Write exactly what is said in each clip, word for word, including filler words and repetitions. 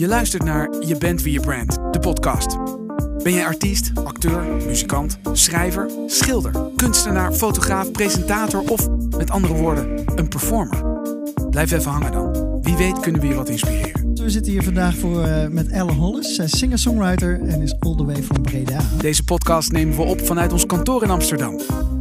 Je luistert naar Je bent wie je brand, de podcast. Ben jij artiest, acteur, muzikant, schrijver, schilder, kunstenaar, fotograaf, presentator of met andere woorden, een performer? Blijf even hangen dan. Wie weet kunnen we je wat inspireren. We zitten hier vandaag voor, uh, met Elle Hollis. Zij is singer-songwriter en is all the way from Breda. Deze podcast nemen we op vanuit ons kantoor in Amsterdam.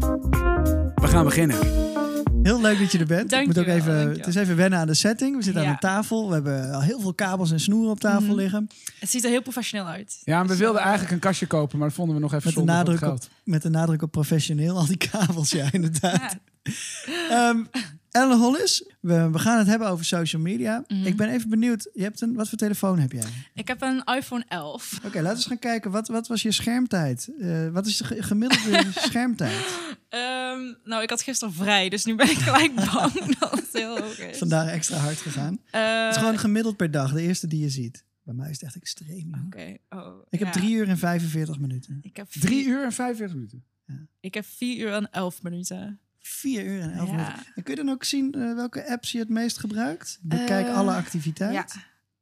We gaan beginnen. Heel leuk dat je er bent. Dank Ik moet ook je wel, even, dank je het is even wennen aan de setting. We zitten Ja. aan een tafel. We hebben al heel veel kabels en snoeren op tafel Mhm. liggen. Het ziet er heel professioneel uit. Ja, en we Dus, wilden uh, eigenlijk een kastje kopen, maar dat vonden we nog even Met de, zonde van het nadruk op, geld. met de nadruk op professioneel. Al die kabels, ja, inderdaad. Ja. Um, Elle Hollis, we, we gaan het hebben over social media. Mhm. Ik ben even benieuwd. Je hebt een, wat voor telefoon heb jij? Ik heb een iPhone elf. Oké, laten we eens gaan kijken. Wat, wat was je schermtijd? Uh, wat is de ge- gemiddelde schermtijd? Um, nou, ik had gisteren vrij, dus nu ben ik gelijk bang dat het heel hoog is. Vandaag extra hard gegaan. Uh, Het is gewoon gemiddeld per dag, de eerste die je ziet. Bij mij is het echt extreem. Oké. Okay. Oh, Ik heb ja. drie uur en vijfenveertig minuten. Ik heb vier, Drie uur en vijfenveertig minuten. Ik heb vier uur en elf minuten. Vier uur en elf Ja. minuten. En kun je dan ook zien uh, welke apps je het meest gebruikt? Bekijk Uh, alle activiteit. Ja.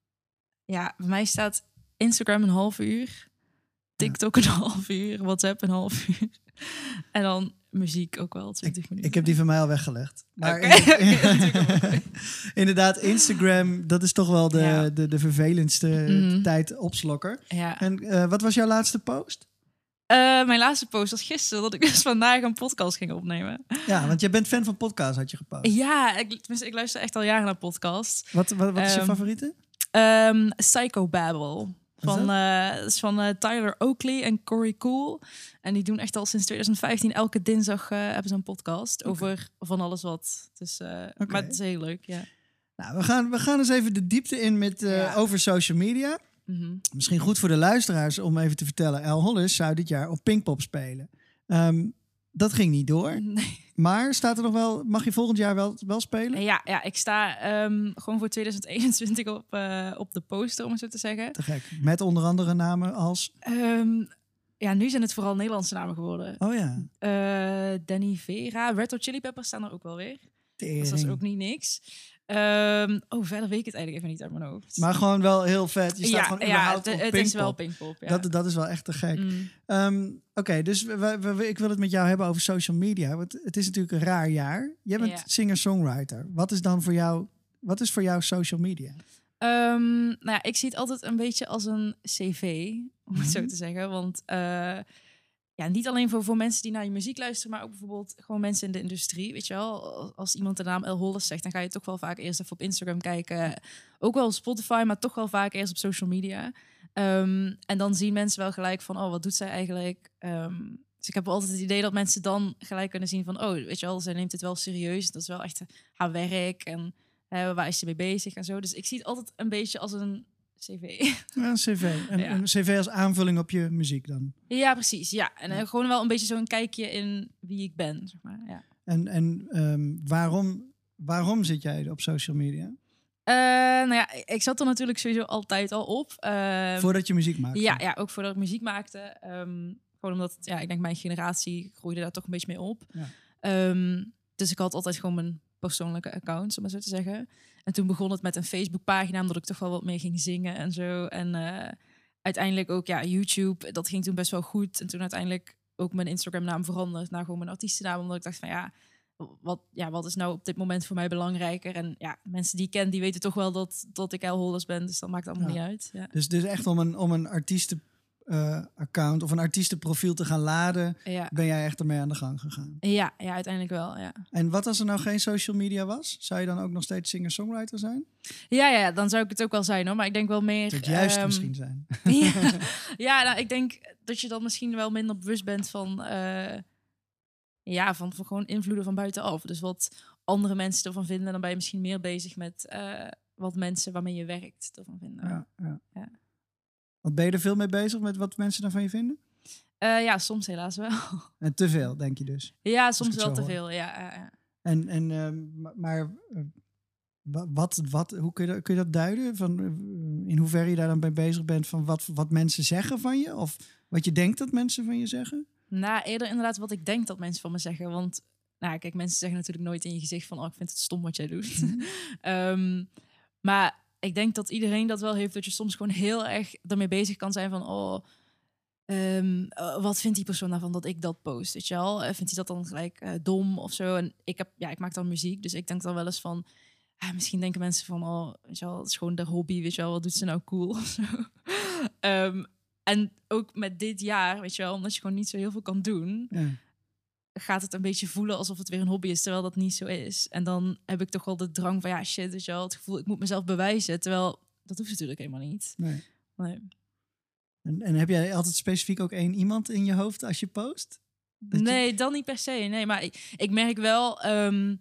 ja, bij mij staat Instagram een half uur. TikTok een half uur. WhatsApp een half uur. En dan muziek ook wel twintig ik, minuten. ik heb die van mij al weggelegd. Maar Okay. inderdaad, inderdaad, Instagram, dat is toch wel de, Ja. de, de vervelendste Mhm. tijd opslokker. Ja. En uh, wat was jouw laatste post? Uh, mijn laatste post was gisteren dat ik dus vandaag een podcast ging opnemen. Ja, want jij bent fan van podcasts, had je gepost. Ja, ik, tenminste, ik luister echt al jaren naar podcasts. Wat, wat, wat is je Um, favoriete? Um, Psychobabble. Wat is Van, dat? uh, dat is van uh, Tyler Oakley en Corey Cool. En die doen echt al sinds twintig vijftien elke dinsdag uh, hebben ze een podcast Oké. over van alles wat. Dus, uh, Oké. Maar het is heel leuk, ja. Nou, we gaan, we gaan eens even de diepte in met, uh, Ja. over social media. Mm-hmm. Misschien goed voor de luisteraars om even te vertellen. Elle Hollis zou dit jaar op Pinkpop spelen. Um, dat ging niet door. Nee. Maar staat er nog wel, mag je volgend jaar wel, wel spelen? Ja, ja, ik sta um, gewoon voor twintig eenentwintig op, uh, op de poster, om het zo te zeggen. Te gek. Met onder andere namen als... Um, ja, nu zijn het vooral Nederlandse namen geworden. Oh ja. Uh, Danny Vera, Red Hot Chili Peppers staan er ook wel weer. Tering. Dus dat is ook niet niks. Um, oh, verder weet ik het eigenlijk even niet uit mijn hoofd. Maar gewoon wel heel vet. Je staat ja, gewoon ja, überhaupt het, op het Pinkpop. is wel Pinkpop. Ja. Dat, dat is wel echt te gek. Mm. Um, Oké, okay, dus we, we, we, ik wil het met jou hebben over social media. Want het is natuurlijk een raar jaar. Jij bent Ja. singer-songwriter. Wat is dan voor jou, wat is voor jou social media? Um, nou ja, ik zie het altijd een beetje als een cv, om het zo Mhm. te zeggen. Want uh, ja, niet alleen voor, voor mensen die naar je muziek luisteren, maar ook bijvoorbeeld gewoon mensen in de industrie. Weet je wel, als iemand de naam Elle Hollis zegt, dan ga je toch wel vaak eerst even op Instagram kijken. Ook wel op Spotify, maar toch wel vaak eerst op social media. Um, en dan zien mensen wel gelijk van, oh, wat doet zij eigenlijk? Um, dus ik heb altijd het idee dat mensen dan gelijk kunnen zien van, oh, weet je wel, zij neemt het wel serieus. Dat is wel echt haar werk en uh, waar is ze mee bezig en zo. Dus ik zie het altijd een beetje als een cv. Ja, een cv. Een, Ja. een cv als aanvulling op je muziek dan. Ja, precies. Ja, en uh, Ja. gewoon wel een beetje zo'n kijkje in wie ik ben, zeg maar. Ja. En, en um, waarom, waarom zit jij op social media? Uh, nou ja, ik zat er natuurlijk sowieso altijd al op. Uh, Voordat je muziek maakt? ja, ja, ook voordat ik muziek maakte. Um, gewoon omdat, ja, ik denk mijn generatie groeide daar toch een beetje mee op. Ja. Um, dus ik had altijd gewoon mijn persoonlijke account, om maar zo te zeggen. En toen begon het met een Facebookpagina, omdat ik toch wel wat meer ging zingen en zo. En uh, uiteindelijk ook, ja, YouTube, dat ging toen best wel goed. En toen uiteindelijk ook mijn Instagram-naam veranderd naar gewoon mijn artiestennaam, omdat ik dacht van, ja, wat, ja, wat is nou op dit moment voor mij belangrijker? En ja, mensen die ik ken, die weten toch wel dat, dat ik Elle Hollis ben, dus dat maakt allemaal Ja. niet uit. Ja. Dus, dus echt om een, om een artiesten uh, account of een artiestenprofiel te gaan laden, Ja. ben jij echt ermee aan de gang gegaan? Ja, ja, uiteindelijk wel, ja. En wat als er nou geen social media was? Zou je dan ook nog steeds singer-songwriter zijn? Ja, ja, dan zou ik het ook wel zijn hoor, maar ik denk wel meer... Het juist um, misschien zijn. ja, ja nou, ik denk dat je dan misschien wel minder bewust bent van... Uh, ja, van, van gewoon invloeden van buitenaf. Dus wat andere mensen ervan vinden, dan ben je misschien meer bezig met uh, wat mensen waarmee je werkt ervan vinden. Ja, ja. Ja. Want ben je er veel mee bezig met wat mensen daarvan je vinden? Uh, ja, soms helaas wel. En te veel, denk je dus? Ja, soms het wel zo te hoor. veel, ja. ja, ja. En, en uh, maar uh, wat, wat, hoe kun je, dat, kun je dat duiden? Van, uh, in hoeverre je daar dan mee bezig bent van wat, wat mensen zeggen van je? Of wat je denkt dat mensen van je zeggen? Nou, eerder inderdaad wat ik denk dat mensen van me zeggen. Want, nou kijk, mensen zeggen natuurlijk nooit in je gezicht van... oh, ik vind het stom wat jij doet. um, maar ik denk dat iedereen dat wel heeft. Dat je soms gewoon heel erg ermee bezig kan zijn van... oh, um, uh, wat vindt die persoon daarvan dat ik dat post? Weet je wel? Uh, vindt hij dat dan gelijk uh, dom of zo? En ik, heb, ja, ik maak dan muziek, dus ik denk dan wel eens van... Uh, misschien denken mensen van... oh, weet je wel, het is gewoon de hobby, weet je wel? Wat doet ze nou cool of zo? um, en ook met dit jaar, weet je wel... omdat je gewoon niet zo heel veel kan doen... Ja. Gaat het een beetje voelen alsof het weer een hobby is, terwijl dat niet zo is. En dan heb ik toch wel de drang van, ja, shit, weet je wel, het gevoel, ik moet mezelf bewijzen. Terwijl, dat hoeft natuurlijk helemaal niet. Nee. nee. En, en heb jij altijd specifiek ook één iemand in je hoofd als je post? Dat nee, je... dan niet per se. Nee, maar ik, ik merk wel, um,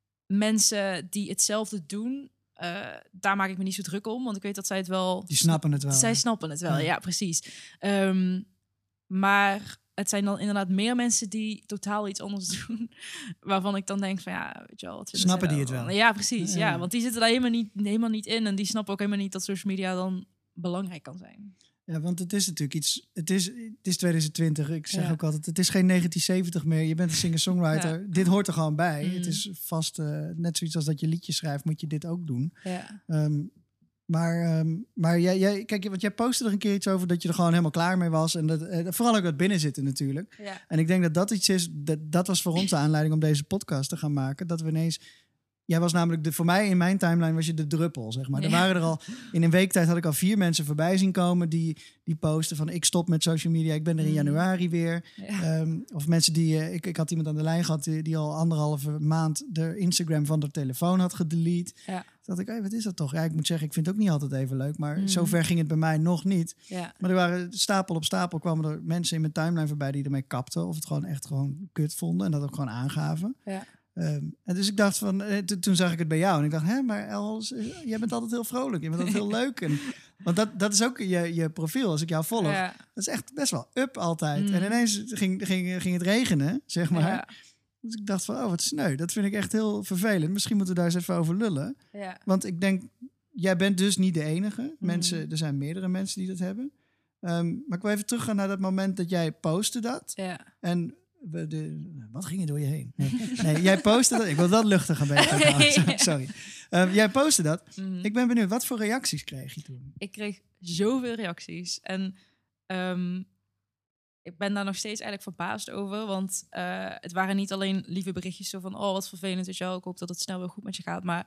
mensen die hetzelfde doen, uh, daar maak ik me niet zo druk om. Want ik weet dat zij het wel... Die snappen het wel. Zij hè? snappen het wel, ja, ja precies. Um, maar... het zijn dan inderdaad meer mensen die totaal iets anders doen. Waarvan ik dan denk van ja, weet je wel. Wat snappen die het wel? Ja, precies. Ja. ja, want die zitten daar helemaal niet, helemaal niet in. En die snappen ook helemaal niet dat social media dan belangrijk kan zijn. Ja, want het is natuurlijk iets... Het is, het is twintig twintig. Ik zeg ja. ook altijd, het is geen negentien zeventig meer. Je bent een singer-songwriter. Ja. Dit hoort er gewoon bij. Mm. Het is vast, uh, net zoiets als dat je liedjes schrijft, moet je dit ook doen. Ja. Um, Maar, um, maar jij, jij, kijk, want jij postte er een keer iets over dat je er gewoon helemaal klaar mee was. En dat, uh, vooral ook wat binnen zitten natuurlijk. Ja. En ik denk dat dat iets is, dat, dat was voor ons de aanleiding om deze podcast te gaan maken. Dat we ineens, jij was namelijk, de, voor mij in mijn timeline was je de druppel, zeg maar. Ja. Er waren er al, in een week tijd had ik al vier mensen voorbij zien komen die, die posten van ik stop met social media, ik ben er in januari weer. Ja. Um, of mensen die, uh, ik, ik had iemand aan de lijn gehad die, die al anderhalve maand de Instagram van de telefoon had gedelete. Ja. Toen dacht ik, hey, wat is dat toch? Ja, ik moet zeggen, ik vind het ook niet altijd even leuk. Maar mm. zover ging het bij mij nog niet. Ja. Maar er waren stapel op stapel kwamen er mensen in mijn timeline voorbij die ermee kapten. Of het gewoon echt gewoon kut vonden. En dat ook gewoon aangaven. Ja. Um, en dus ik dacht van, eh, to, toen zag ik het bij jou. En ik dacht, hè, maar Els, uh, jij bent altijd heel vrolijk. Je bent altijd heel leuk. En, want dat, dat is ook je, je profiel, als ik jou volg. Ja. Dat is echt best wel up altijd. Mm. En ineens ging, ging, ging het regenen, zeg maar. Ja. Dus ik dacht van, oh, wat sneu. Dat vind ik echt heel vervelend. Misschien moeten we daar eens even over lullen. Ja. Want ik denk, jij bent dus niet de enige. Mm. Mensen, er zijn meerdere mensen die dat hebben. Um, maar ik wil even teruggaan naar dat moment dat jij postte dat. Ja. En we de, wat ging er door je heen? Nee, nee jij postte dat. Ik wil dat luchtig een beetje. Ja. Sorry. Um, jij postte dat. Mm. Ik ben benieuwd, wat voor reacties kreeg je toen? Ik kreeg zoveel reacties. En... Um, ik ben daar nog steeds eigenlijk verbaasd over. Want uh, het waren niet alleen lieve berichtjes zo van... oh, wat vervelend, weet je wel. Ik hoop dat het snel weer goed met je gaat. Maar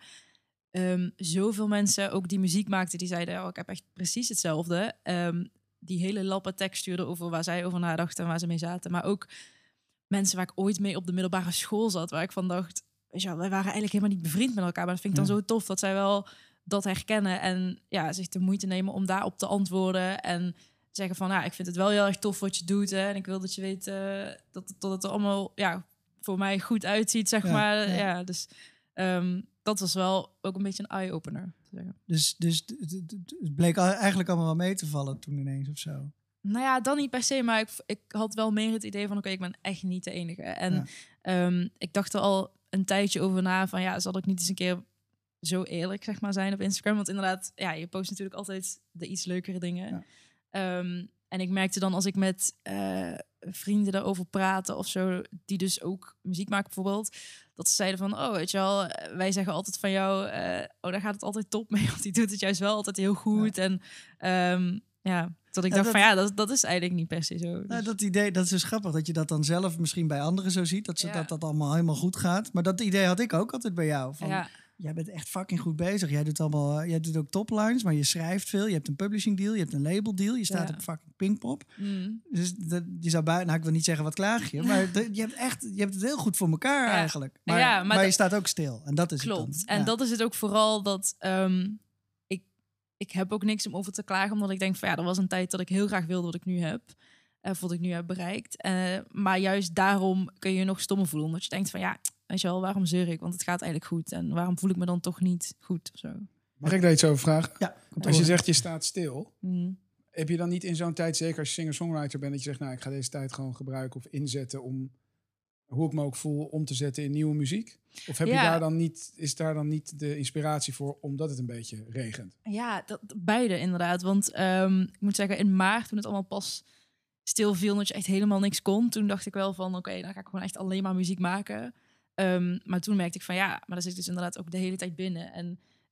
um, zoveel mensen, ook die muziek maakten... die zeiden, oh, ik heb echt precies hetzelfde. Um, die hele lappen tekst stuurden over waar zij over nadachten... en waar ze mee zaten. Maar ook mensen waar ik ooit mee op de middelbare school zat... waar ik van dacht, weet je wel, wij waren eigenlijk helemaal niet bevriend met elkaar. Maar dat vind ik dan ja. zo tof dat zij wel dat herkennen... en ja, zich de moeite nemen om daarop te antwoorden... en zeggen van, ja, ik vind het wel heel erg tof wat je doet. Hè, en ik wil dat je weet uh, dat, dat het er allemaal ja, voor mij goed uitziet, zeg ja, maar. Ja. Ja, dus um, dat was wel ook een beetje een eye-opener. Dus, dus het bleek eigenlijk allemaal wel mee te vallen toen ineens of zo? Nou ja, dan niet per se, maar ik, ik had wel meer het idee van, oké, okay, ik ben echt niet de enige. En ja. um, ik dacht er al een tijdje over na van, ja, zal ik niet eens een keer zo eerlijk, zeg maar, zijn op Instagram? Want inderdaad, ja, je post natuurlijk altijd de iets leukere dingen. Ja. Um, en ik merkte dan als ik met uh, vrienden daarover praten of zo, die dus ook muziek maken bijvoorbeeld, dat ze zeiden van, oh, weet je wel, wij zeggen altijd van jou, uh, oh, daar gaat het altijd top mee, want die doet het juist wel altijd heel goed. Ja. En um, ja, dat ik ja, dacht dat, van ja, dat, dat is eigenlijk niet per se zo. Dus. Nou, dat idee, dat is dus grappig, dat je dat dan zelf misschien bij anderen zo ziet, dat, ze, ja. dat dat allemaal helemaal goed gaat. Maar dat idee had ik ook altijd bij jou. Van, ja. Jij bent echt fucking goed bezig. Jij doet allemaal, jij doet ook toplines, maar je schrijft veel. Je hebt een publishing deal, je hebt een label deal. Je staat ja. op fucking Pinkpop. Mm. Dus dat, je zou buiten, nou ik wil niet zeggen wat klaag je, maar de, je hebt echt, je hebt het heel goed voor elkaar ja. eigenlijk. Maar, ja, maar, maar dat, je staat ook stil. En dat is klopt. Het dan. En ja. dat is het ook vooral dat um, ik, ik heb ook niks om over te klagen, omdat ik denk van ja, er was een tijd dat ik heel graag wilde wat ik nu heb. Uh, wat ik nu heb bereikt. Uh, maar juist daarom kun je je nog stommer voelen. Omdat je denkt van ja, weet je wel, waarom zeur ik? Want het gaat eigenlijk goed. En waarom voel ik me dan toch niet goed of zo? Mag ik daar iets over vragen? Ja. Als je zegt je staat stil, mm. heb je dan niet in zo'n tijd, zeker als je singer-songwriter bent, dat je zegt, nou, ik ga deze tijd gewoon gebruiken of inzetten om, hoe ik me ook voel, om te zetten in nieuwe muziek? Of heb ja. je daar dan niet, is daar dan niet de inspiratie voor, omdat het een beetje regent? Ja, dat, beide inderdaad. Want um, ik moet zeggen, in maart, toen het allemaal pas stil viel, dat je echt helemaal niks kon, toen dacht ik wel van, oké, okay, dan ga ik gewoon echt alleen maar muziek maken. Um, maar toen merkte ik van ja, maar dan zit ik dus inderdaad ook de hele tijd binnen. En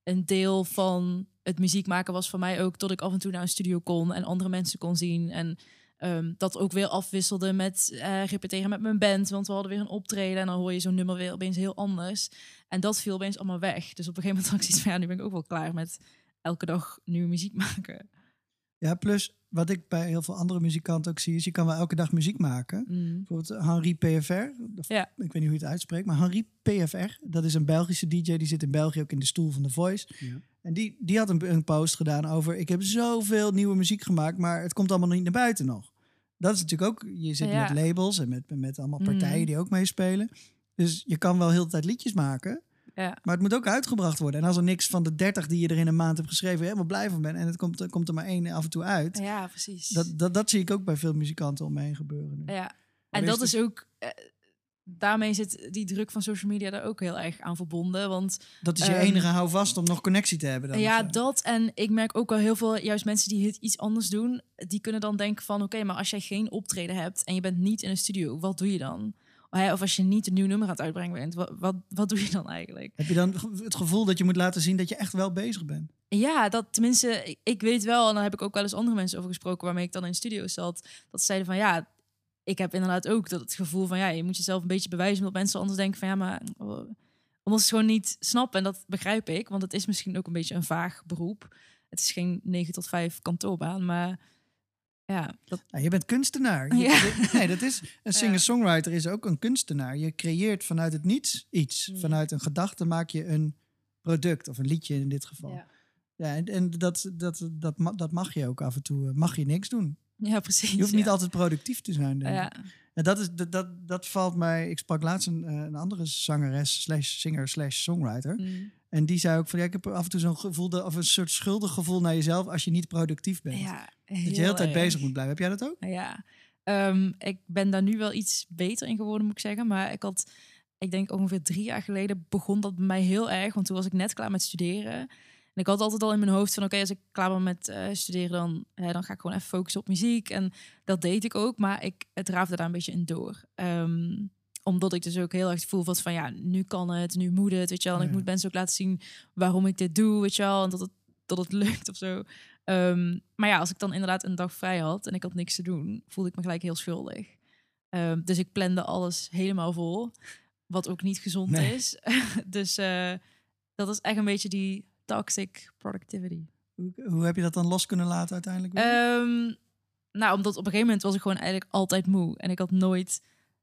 een deel van het muziek maken was voor mij ook dat ik af en toe naar een studio kon en andere mensen kon zien. En um, dat ook weer afwisselde met uh, repeteren met mijn band. Want we hadden weer een optreden en dan hoor je zo'n nummer weer opeens heel anders. En dat viel opeens allemaal weg. Dus op een gegeven moment had ik zoiets van, ja, nu ben ik ook wel klaar met elke dag nieuwe muziek maken. Ja, plus wat ik bij heel veel andere muzikanten ook zie, is je kan wel elke dag muziek maken. Mm. Bijvoorbeeld Henri P F R. Ja. Ik weet niet hoe je het uitspreekt, maar Henri P F R, dat is een Belgische D J, die zit in België ook in de stoel van The Voice. Ja. En die, die had een, een post gedaan over, ik heb zoveel nieuwe muziek gemaakt, maar het komt allemaal niet naar buiten nog. Dat is natuurlijk ook, je zit Ja. met labels en met, met allemaal partijen Mm. die ook meespelen. Dus je kan wel heel de tijd liedjes maken, Ja. maar het moet ook uitgebracht worden. En als er niks van de dertig die je er in een maand hebt geschreven helemaal blij van bent en het komt, komt er maar één af en toe uit. ja, precies. Dat, dat, dat zie ik ook bij veel muzikanten om me heen gebeuren nu. Ja, Maar en is dat het- is ook... Uh, daarmee zit die druk van social media daar ook heel erg aan verbonden. Want Dat is je Um, enige houvast om nog connectie te hebben dan. ja, of zo. dat. En ik merk ook al heel veel, juist mensen die het iets anders doen, die kunnen dan denken van, oké, okay, maar als jij geen optreden hebt en je bent niet in een studio, wat doe je dan? Of als je niet een nieuw nummer aan het uitbrengen bent, wat, wat, wat doe je dan eigenlijk? Heb je dan het gevoel dat je moet laten zien dat je echt wel bezig bent? Ja, dat tenminste, ik, ik weet wel, en daar heb ik ook wel eens andere mensen over gesproken waarmee ik dan in studio zat, dat ze zeiden van, ja, ik heb inderdaad ook dat het gevoel van, ja, je moet jezelf een beetje bewijzen, omdat mensen anders denken van, ja, maar oh, omdat ze het gewoon niet snappen. En dat begrijp ik, want het is misschien ook een beetje een vaag beroep. Het is geen negen tot vijf kantoorbaan, maar ja. Dat... Nou, je bent kunstenaar. Je, Ja. Nee, dat is, een singer-songwriter is ook een kunstenaar. Je creëert vanuit het niets iets. Hmm. Vanuit een gedachte maak je een product, of een liedje in dit geval. Ja, Ja, en, en dat, dat, dat, ma- dat mag je ook af en toe. Mag je niks doen. ja precies. Je hoeft niet ja. altijd productief te zijn, denk ik. Ja. En dat, is, dat, dat, dat valt mij... Ik sprak laatst een, eh, een andere zangeres, slash singer, slash songwriter. Mm. En die zei ook van, ja, ik heb af en toe zo'n gevoel, de, of een soort schuldig gevoel naar jezelf als je niet productief bent. Ja, dat je de hele heel tijd erg. bezig moet blijven. Heb jij dat ook? Ja, um, ik ben daar nu wel iets beter in geworden, moet ik zeggen. Maar ik had, ik denk ongeveer drie jaar geleden begon dat bij mij heel erg. Want toen was ik net klaar met studeren. En ik had altijd al in mijn hoofd van, oké, okay, als ik klaar ben met uh, studeren, dan, uh, dan ga ik gewoon even focussen op muziek. En dat deed ik ook, maar ik, het raafde daar een beetje in door. Um, omdat ik dus ook heel erg het gevoel had van, ja, nu kan het, nu moet het, weet je wel. En Ja. ik moet mensen ook laten zien waarom ik dit doe, weet je wel. En dat het, dat het lukt of zo. Um, maar ja, als ik dan inderdaad een dag vrij had en ik had niks te doen, voelde ik me gelijk heel schuldig. Um, dus ik plande alles helemaal vol, wat ook niet gezond Nee. is. Dus uh, dat is echt een beetje die toxic productivity. Hoe, hoe heb je dat dan los kunnen laten uiteindelijk? weer? Um, nou, omdat op een gegeven moment was ik gewoon eigenlijk altijd moe. En ik had nooit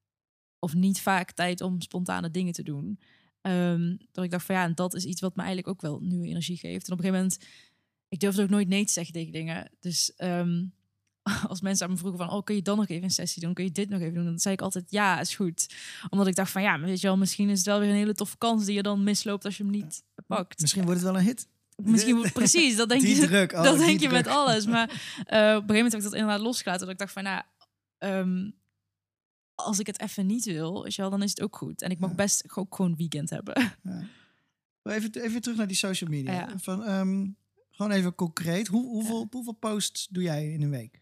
of niet vaak tijd om spontane dingen te doen. Um, dat ik dacht van ja, en dat is iets wat me eigenlijk ook wel nieuwe energie geeft. En op een gegeven moment, ik durfde ook nooit nee te zeggen tegen dingen. Dus um, als mensen aan me vroegen van, oh, kun je dan nog even een sessie doen? Kun je dit nog even doen? Dan zei ik altijd, ja, is goed. Omdat ik dacht van, ja, weet je wel, misschien is het wel weer een hele toffe kans die je dan misloopt als je hem niet pakt. Misschien wordt het wel een hit. Misschien, precies, dat denk Die je, druk, oh, dat die denk je druk. met alles. Maar uh, op een gegeven moment heb ik dat inderdaad losgelaten. Dat ik dacht van, nou, um, als ik het even niet wil, weet je wel, dan is het ook goed. En ik mag Ja. best ook gewoon weekend hebben. Ja. Maar Even, even terug naar die social media. Ja. Van, um, gewoon even concreet. Hoe, hoeveel, hoeveel posts doe jij in een week?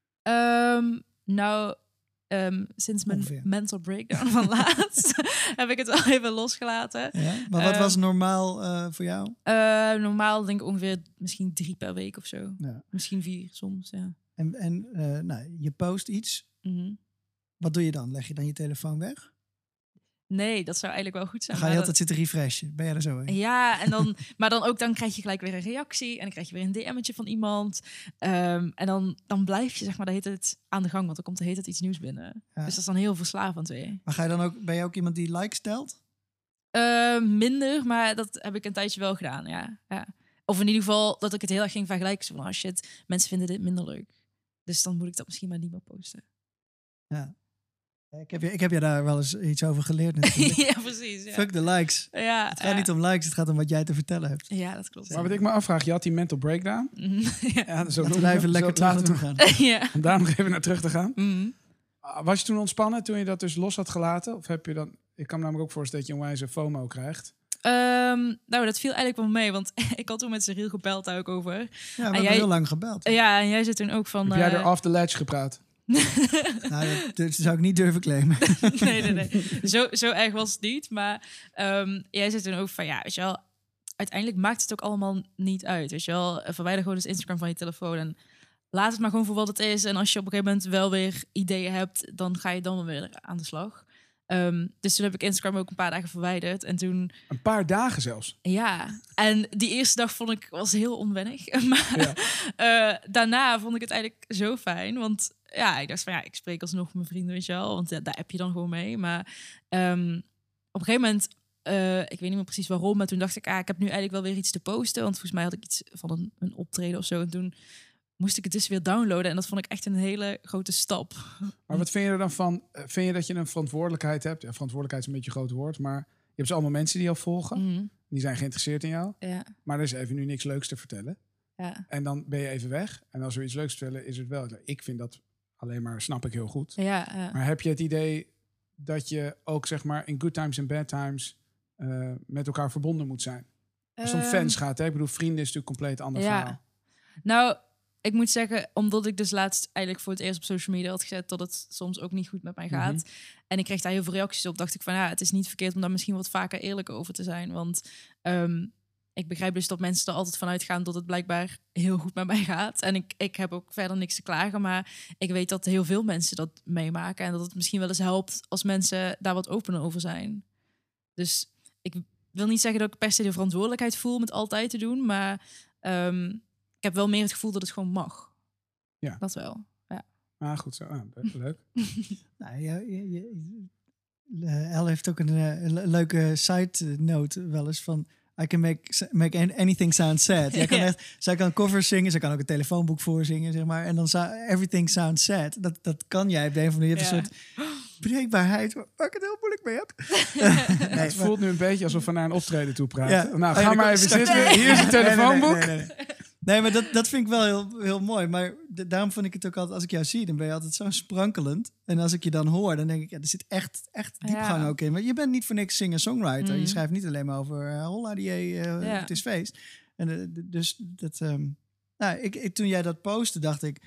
Um, nou, um, sinds mijn Ongeveer. mental breakdown van laatst heb ik het wel even losgelaten. Ja? Maar wat Um, was normaal uh, voor jou? Uh, normaal denk ik ongeveer misschien drie per week of zo. Ja. Misschien vier soms, ja. En, en uh, nou, je post iets. Mm-hmm. Wat doe je dan? Leg je dan je telefoon weg? Nee, dat zou eigenlijk wel goed zijn. Dan ga je maar altijd zitten refreshen. Ben jij er zo in? Ja, en dan, maar dan ook dan krijg je gelijk weer een reactie en dan krijg je weer een D M'tje van iemand. Um, en dan, dan blijf je zeg maar de hele tijd aan de gang, want dan komt de hele tijd iets nieuws binnen. Ja. Dus dat is dan heel verslavend weer. Maar ga je dan ook, ben je ook iemand die likes telt? Uh, minder, maar dat heb ik een tijdje wel gedaan, ja. ja. Of in ieder geval dat ik het heel erg ging vergelijken. Van, oh shit, mensen vinden dit minder leuk. Dus dan moet ik dat misschien maar niet meer posten. Ja. Ik heb, je, ik heb je daar wel eens iets over geleerd natuurlijk. Ja, precies. Ja. Fuck de likes. Ja, Het gaat ja. niet om likes, het gaat om wat jij te vertellen hebt. Ja, dat klopt. Maar wat ik me afvraag, je had die mental breakdown. Mm, ja. Ja, zo Laten we even lekker terug naartoe gaan. Ja. Om daar nog even naar terug te gaan. Mm. Was je toen ontspannen toen je dat dus los had gelaten? Of heb je dan... Ik kan me namelijk ook voorstellen dat je een wijze FOMO krijgt. Um, nou, dat viel eigenlijk wel mee, want ik had toen met Cyril gebeld daar ook over. Ja, we hebben jij- heel lang gebeld. Uh, ja, en jij zit toen ook van... Heb jij uh, er off the ledge gepraat? Nou, dat, dat zou ik niet durven claimen. nee, nee, nee. Zo, zo erg was het niet. Maar um, jij zit toen ook van, ja, weet je wel, uiteindelijk maakt het ook allemaal niet uit. Weet je wel, verwijder gewoon eens Instagram van je telefoon en laat het maar gewoon voor wat het is. En als je op een gegeven moment wel weer ideeën hebt, dan ga je dan weer aan de slag. Um, dus toen heb ik Instagram ook een paar dagen verwijderd. En toen... Een paar dagen zelfs? Ja. En die eerste dag vond ik was heel onwennig. Maar ja. uh, daarna vond ik het eigenlijk zo fijn. Want ja, ik dacht van ja, ik spreek alsnog met mijn vrienden, weet je wel. Want ja, daar heb je dan gewoon mee. Maar um, op een gegeven moment... Uh, ik weet niet meer precies waarom, maar toen dacht ik... Ah, ik heb nu eigenlijk wel weer iets te posten. Want volgens mij had ik iets van een, een optreden of zo. En toen moest ik het dus weer downloaden. En dat vond ik echt een hele grote stap. Maar wat vind je er dan van? Vind je dat je een verantwoordelijkheid hebt? Ja, verantwoordelijkheid is een beetje een groot woord. Maar je hebt dus allemaal mensen die jou volgen. Mm-hmm. Die zijn geïnteresseerd in jou. Ja. Maar er is even nu niks leuks te vertellen. Ja. En dan ben je even weg. En als er iets leuks te vertellen, is het wel... Ik vind dat alleen maar, snap ik heel goed. Ja, ja. Maar heb je het idee dat je ook, zeg maar, in good times en bad times... Uh, met elkaar verbonden moet zijn? Als het om fans gaat, hè? Ik bedoel, vrienden is natuurlijk compleet ander ja. verhaal. Nou, ik moet zeggen, omdat ik dus laatst eigenlijk voor het eerst op social media had gezet dat het soms ook niet goed met mij gaat. Mm-hmm. En ik kreeg daar heel veel reacties op. Dacht ik van ja, het is niet verkeerd om daar misschien wat vaker eerlijk over te zijn. Want um, ik begrijp dus dat mensen er altijd vanuit gaan dat het blijkbaar heel goed met mij gaat. En ik, ik heb ook verder niks te klagen. Maar ik weet dat heel veel mensen dat meemaken. En dat het misschien wel eens helpt als mensen daar wat opener over zijn. Dus ik wil niet zeggen dat ik per se de verantwoordelijkheid voel om het altijd te doen. Maar um, ik heb wel meer het gevoel dat het gewoon mag. Ja. Dat wel, ja. Ah, goed zo. Ah, leuk. nou, ja, je, je, El heeft ook een, een leuke side note wel eens van... I can make, make anything sound sad. Jij kan echt, zij kan covers zingen, zij kan ook een telefoonboek voorzingen, zeg maar. En dan zou everything sounds sad. Dat, dat kan jij op de een of andere manier. Je hebt ja. een soort breekbaarheid waar ik het heel moeilijk mee heb. nee, het voelt nu een beetje alsof we naar een optreden toe praten. Ja. Nou, oh, ga ja, maar even zitten. Nee. Hier is een telefoonboek. Nee, nee, nee, nee, nee. nee maar dat, dat vind ik wel heel, heel mooi. Maar de, daarom vond ik het ook altijd, als ik jou zie, dan ben je altijd zo sprankelend. En als ik je dan hoor, dan denk ik, ja, er zit echt, echt diepgang ja. ook in. Want je bent niet voor niks singer-songwriter. Mm. Je schrijft niet alleen maar over uh, holla die uh, ja. het is feest. En uh, dus dat, um, nou, ik, ik, toen jij dat postte, dacht ik,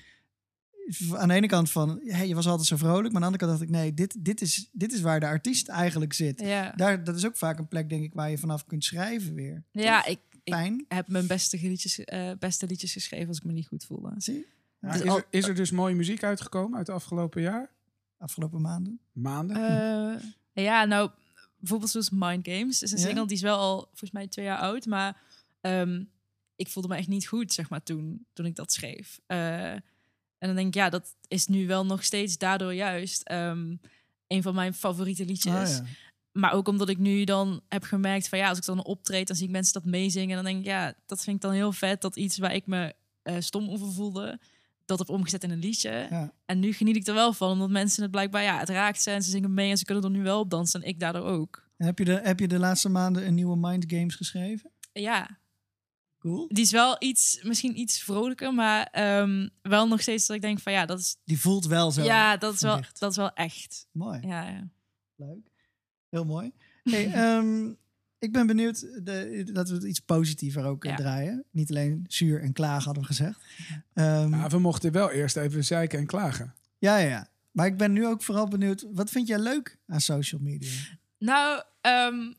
aan de ene kant van, hey, je was altijd zo vrolijk. Maar aan de andere kant dacht ik, nee, dit, dit, is, dit is waar de artiest eigenlijk zit. Ja. Daar, dat is ook vaak een plek, denk ik, waar je vanaf kunt schrijven weer. Ja, ik, Pijn. ik heb mijn beste liedjes, uh, beste liedjes geschreven als ik me niet goed voelde. Zie? Ja, is, er, is er dus mooie muziek uitgekomen uit het afgelopen jaar? Afgelopen maanden? Maanden? Uh, ja, nou, bijvoorbeeld zoals Mind Games. Is een ja? single die is wel al volgens mij twee jaar oud. Maar um, ik voelde me echt niet goed, zeg maar, toen, toen ik dat schreef. Uh, en dan denk ik, ja, dat is nu wel nog steeds daardoor juist um, een van mijn favoriete liedjes. Ah, ja. Maar ook omdat ik nu dan heb gemerkt van ja, als ik dan optreed, dan zie ik mensen dat meezingen. En dan denk ik, ja, dat vind ik dan heel vet. Dat iets waar ik me uh, stom over voelde, dat heb omgezet in een liedje. Ja. En nu geniet ik er wel van, omdat mensen het blijkbaar, ja, het raakt ze en ze zingen mee en ze kunnen er nu wel op dansen. En ik daardoor ook. En heb je de, heb je de laatste maanden een nieuwe Mind Games geschreven? Ja. Cool. Die is wel iets, misschien iets vrolijker, maar um, wel nog steeds dat ik denk van ja, dat is... Die voelt wel zo. Ja, dat is, wel, dat is wel echt. Mooi. Ja, ja. Leuk. Heel mooi. Hey, um, ik ben benieuwd de, dat we het iets positiever ook ja. draaien. Niet alleen zuur en klagen hadden we gezegd. Um, ja, we mochten wel eerst even zeiken en klagen. Ja, ja, ja. Maar ik ben nu ook vooral benieuwd, wat vind jij leuk aan social media? Nou, um,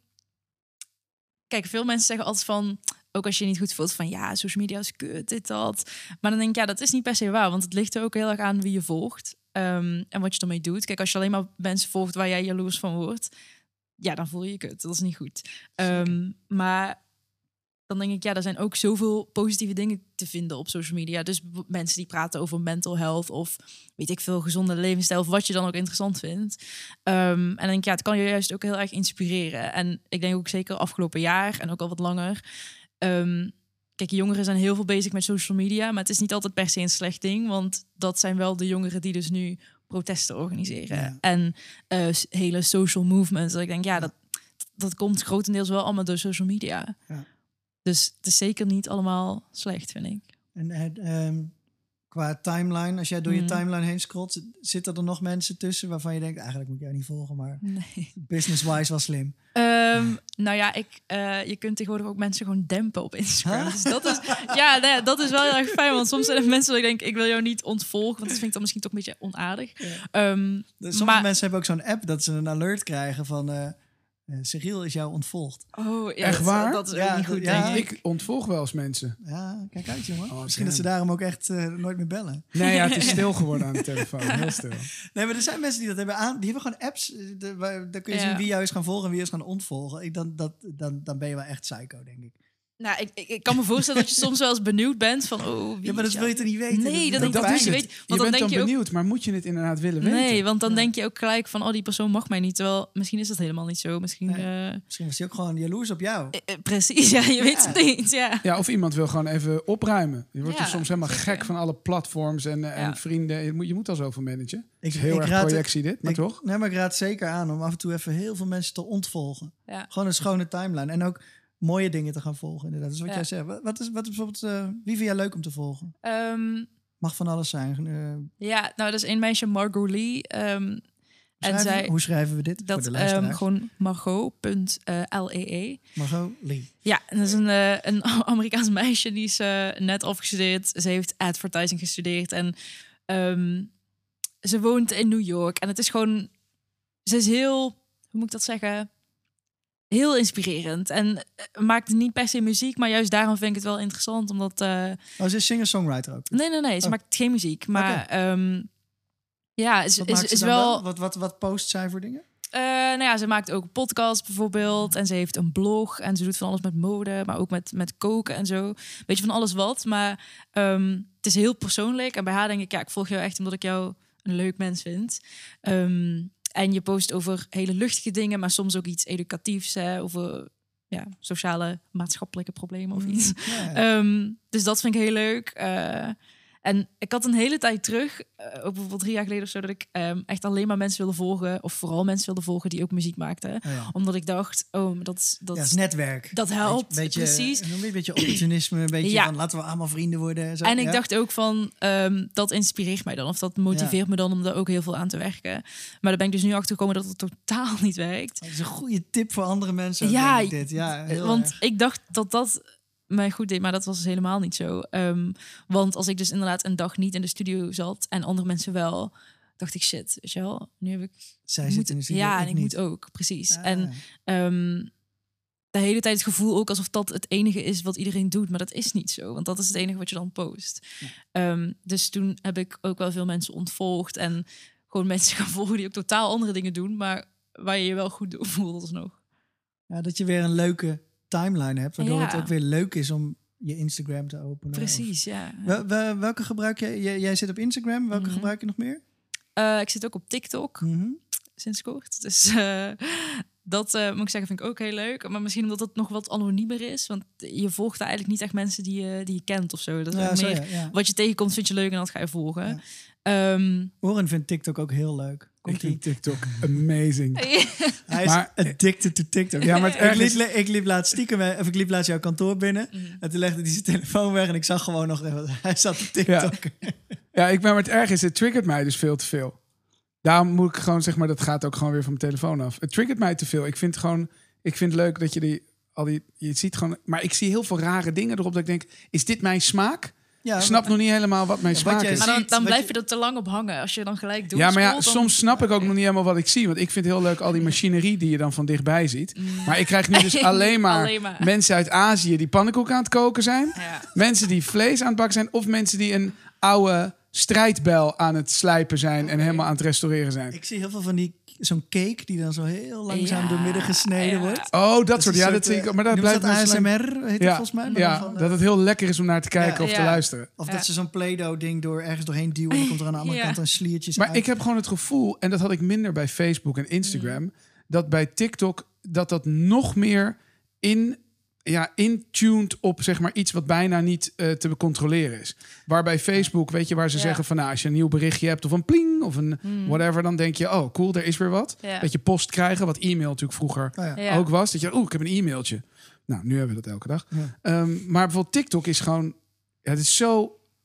kijk, veel mensen zeggen altijd van, ook als je je niet goed voelt, van ja, social media is kut, dit, dat. Maar dan denk ik, ja, dat is niet per se waar, want het ligt er ook heel erg aan wie je volgt. Um, en wat je ermee doet. Kijk, als je alleen maar mensen volgt waar jij jaloers van wordt, ja, dan voel je je kut. Dat is niet goed. Um, maar dan denk ik, ja, er zijn ook zoveel positieve dingen te vinden op social media. Dus b- mensen die praten over mental health of weet ik veel, gezonde levensstijl, of wat je dan ook interessant vindt. Um, en dan denk ik, ja, het kan je juist ook heel erg inspireren. En ik denk ook zeker afgelopen jaar en ook al wat langer. Um, Kijk, jongeren zijn heel veel bezig met social media, maar het is niet altijd per se een slecht ding, want dat zijn wel de jongeren die dus nu protesten organiseren. Ja. En uh, hele social movements. Dat ik denk, ja, dat, dat komt grotendeels wel allemaal door social media. Ja. Dus het is zeker niet allemaal slecht, vind ik. En het, um, qua timeline, als jij door je mm. timeline heen scrolt, zitten er nog mensen tussen waarvan je denkt, eigenlijk moet ik jou niet volgen, maar nee. business-wise was slim. Um, nou ja, ik, uh, je kunt tegenwoordig ook mensen gewoon dempen op Instagram. Huh? Dus dat is, ja, nee, dat is wel heel erg fijn. Want soms zijn er mensen die ik denk, ik wil jou niet ontvolgen. Want dat vind ik dan misschien toch een beetje onaardig. Ja. Um, Sommige maar, mensen hebben ook zo'n app dat ze een alert krijgen van... Uh, Uh, Cyril is jou ontvolgd. Oh, ja, Echt dat, waar? Dat is Ja, ook niet goed, ja. denk ik. Ik ontvolg wel eens mensen. Ja, kijk uit, jongen. Oh, Misschien dat ze damn. daarom ook echt uh, nooit meer bellen. Nee, ja, het is stil geworden aan de telefoon. Heel stil. Nee, maar er zijn mensen die dat hebben aan. Die hebben gewoon apps. De, waar, daar kun je Ja. zien wie jou is gaan volgen en wie je is gaan ontvolgen. Ik, dan, dat, dan, dan ben je wel echt psycho, denk ik. Nou, ik, ik, ik kan me voorstellen dat je soms wel eens benieuwd bent van... Oh, wie Ja, maar dat is wil je toch niet weten? Nee, dat doet denk ik pijn. dus je weet. Je Want dan bent denk dan je ook... benieuwd, maar moet je het inderdaad willen weten? Nee, want dan Ja. denk je ook gelijk van... Oh, die persoon mag mij niet. Terwijl misschien is dat helemaal niet zo. Misschien... Nee. eh, Misschien was hij ook gewoon jaloers op jou. eh, eh, precies, ja, je weet Ja. het niet. Ja. Ja, of iemand wil gewoon even opruimen. Je wordt Ja, er soms helemaal zeker. gek van alle platforms en, eh, en Ja. vrienden. Je moet, je moet al zoveel managen. Ik, Heel ik erg raad- projectie dit, maar ik, toch? Nee, maar ik raad zeker aan om af en toe even heel veel mensen te ontvolgen. Ja. Gewoon een schone timeline. En ook mooie dingen te gaan volgen, inderdaad. Dus wat Ja. jij zegt. Wat wat is, wat is bijvoorbeeld... Uh, wie vind jij leuk om te volgen? Ehm, Mag van alles zijn. Uh, ja, nou, dat is één meisje, Margot Lee. Ehm, en schrijven- zij... Hoe schrijven we dit? Voor Dat de um, luisteraars. gewoon Margot punt L E E. Margot Lee. Ja, en dat is een, uh, een Amerikaans meisje. Die is uh, net afgestudeerd. Ze heeft advertising gestudeerd. En um, ze woont in New York. En het is gewoon... Ze is heel... Hoe moet ik dat zeggen? Heel inspirerend. En uh, maakt niet per se muziek. Maar juist daarom vind ik het wel interessant. Omdat... Uh, oh, ze is singer-songwriter ook? Nee, nee, nee. Ze oh. maakt geen muziek. Maar okay. um, ja, is, wat is, maakt ze is dan wel... wel? Wat, wat, wat post zij voor dingen? Uh, nou ja, ze maakt ook podcasts bijvoorbeeld. En ze heeft een blog. En ze doet van alles met mode. Maar ook met, met koken en zo. Beetje van alles wat. Maar um, het is heel persoonlijk. En bij haar denk ik, ja, ik volg jou echt omdat ik jou een leuk mens vind. Um, en je post over hele luchtige dingen. Maar soms ook iets educatiefs. Hè, over ja, sociale, maatschappelijke problemen of iets. Ja, ja. Um, dus dat vind ik heel leuk. Uh, En ik had een hele tijd terug, uh, ook bijvoorbeeld drie jaar geleden of zo, dat ik um, echt alleen maar mensen wilde volgen, of vooral mensen wilde volgen die ook muziek maakten. Oh ja. Omdat ik dacht, oh, maar dat, dat, ja, het is netwerk. dat helpt, beetje, precies. Een beetje opportunisme, een beetje Ja. van laten we allemaal vrienden worden. Zo. En ik ja. dacht ook van, um, dat inspireert mij dan, of dat motiveert Ja. me dan om er ook heel veel aan te werken. Maar daar ben ik dus nu achter gekomen dat het totaal niet werkt. Dat is een goede tip voor andere mensen. Ja, denk ik dit. Ja, heel want erg. ik dacht dat dat mij goed deed, maar dat was dus helemaal niet zo. Um, want als ik dus inderdaad een dag niet in de studio zat en andere mensen wel, dacht ik shit, weet je wel, nu heb ik... Zij moet, zit in de studio, ja, ik en ik niet. moet ook, precies. Ah. En um, de hele tijd het gevoel ook alsof dat het enige is wat iedereen doet, maar dat is niet zo, want dat is het enige wat je dan post. Ja. Um, dus toen heb ik ook wel veel mensen ontvolgd en gewoon mensen gaan volgen die ook totaal andere dingen doen, maar waar je je wel goed door voelt alsnog. Ja, dat je weer een leuke timeline hebt, waardoor Ja. het ook weer leuk is om je Instagram te openen. Precies, Of... ja. Wel, wel, welke gebruik je? Jij, jij zit op Instagram, welke Mm-hmm. gebruik je nog meer? Uh, ik zit ook op TikTok, Mm-hmm. sinds kort. Dus uh, dat uh, moet ik zeggen, vind ik ook heel leuk. Maar misschien omdat het nog wat anoniemer is. Want je volgt daar eigenlijk niet echt mensen die je, die je kent of zo. Dat is Ja, ook zo, meer ja, ja. wat je tegenkomt vind je leuk en dat ga je volgen. Ja. Um, Oren vindt TikTok ook heel leuk. Ik vind TikTok amazing. Hij is Maar- addicted to TikTok. Ja, maar het ik, erg liep, is- ik liep laatst stiekem, of ik liep laatst jouw kantoor binnen. Mhm. En toen legde hij zijn telefoon weg en ik zag gewoon nog, hij zat op TikTok. Ja, ik ben maar het erg is, het triggert mij dus veel te veel. Daarom moet ik gewoon, zeg maar, dat gaat ook gewoon weer van mijn telefoon af. Het triggert mij te veel. Ik vind gewoon, ik vind het leuk dat je die, al die, je ziet gewoon, maar ik zie heel veel rare dingen erop dat ik denk, is dit mijn smaak? Ja, Ik snap nog niet helemaal wat mijn Ja, smaak wat jij is. maar dan, ziet, dan wat blijf je- je er te lang op hangen. Als je dan gelijk doet. Ja, maar ja, dan... soms snap ik ook nog niet helemaal wat ik zie. Want ik vind het heel leuk, al die machinerie die je dan van dichtbij ziet. Maar ik krijg nu dus alleen maar, Alleen maar. mensen uit Azië die pannenkoeken aan het koken zijn. Ja. Mensen die vlees aan het bakken zijn. Of mensen die een oude strijdbijl aan het slijpen zijn. En helemaal aan het restaureren zijn. Ik zie heel veel van die, zo'n cake die dan zo heel langzaam Ja, door midden gesneden ja. wordt. Oh, dat, is soort. een Ja, soort, dat zie ik. eh, Maar dat noemen ze blijft dat mensen A S alleen- M R, heet het Ja, volgens mij. maar ja, dan van, dat het heel lekker is om naar te kijken Ja. of te Ja. luisteren. Of Ja. dat ze zo'n Play-Doh-ding door ergens doorheen duwen en dan komt er aan de andere Ja. kant een sliertjes Maar uit. ik heb gewoon het gevoel, en dat had ik minder bij Facebook en Instagram, Mm. dat bij TikTok dat dat nog meer in, ja, intuned op zeg maar iets wat bijna niet uh, te controleren is. Waarbij Facebook, weet je, waar ze Ja. zeggen van nou, als je een nieuw berichtje hebt of een pling of een Mm. whatever, dan denk je, oh cool, er is weer wat. Ja. Dat je post krijgen, wat e-mail natuurlijk vroeger Oh ja. Ja. ook was. Dat je, oeh, ik heb een e-mailtje. Nou, nu hebben we dat elke dag. Ja. Um, maar bijvoorbeeld TikTok is gewoon, ja, het is zo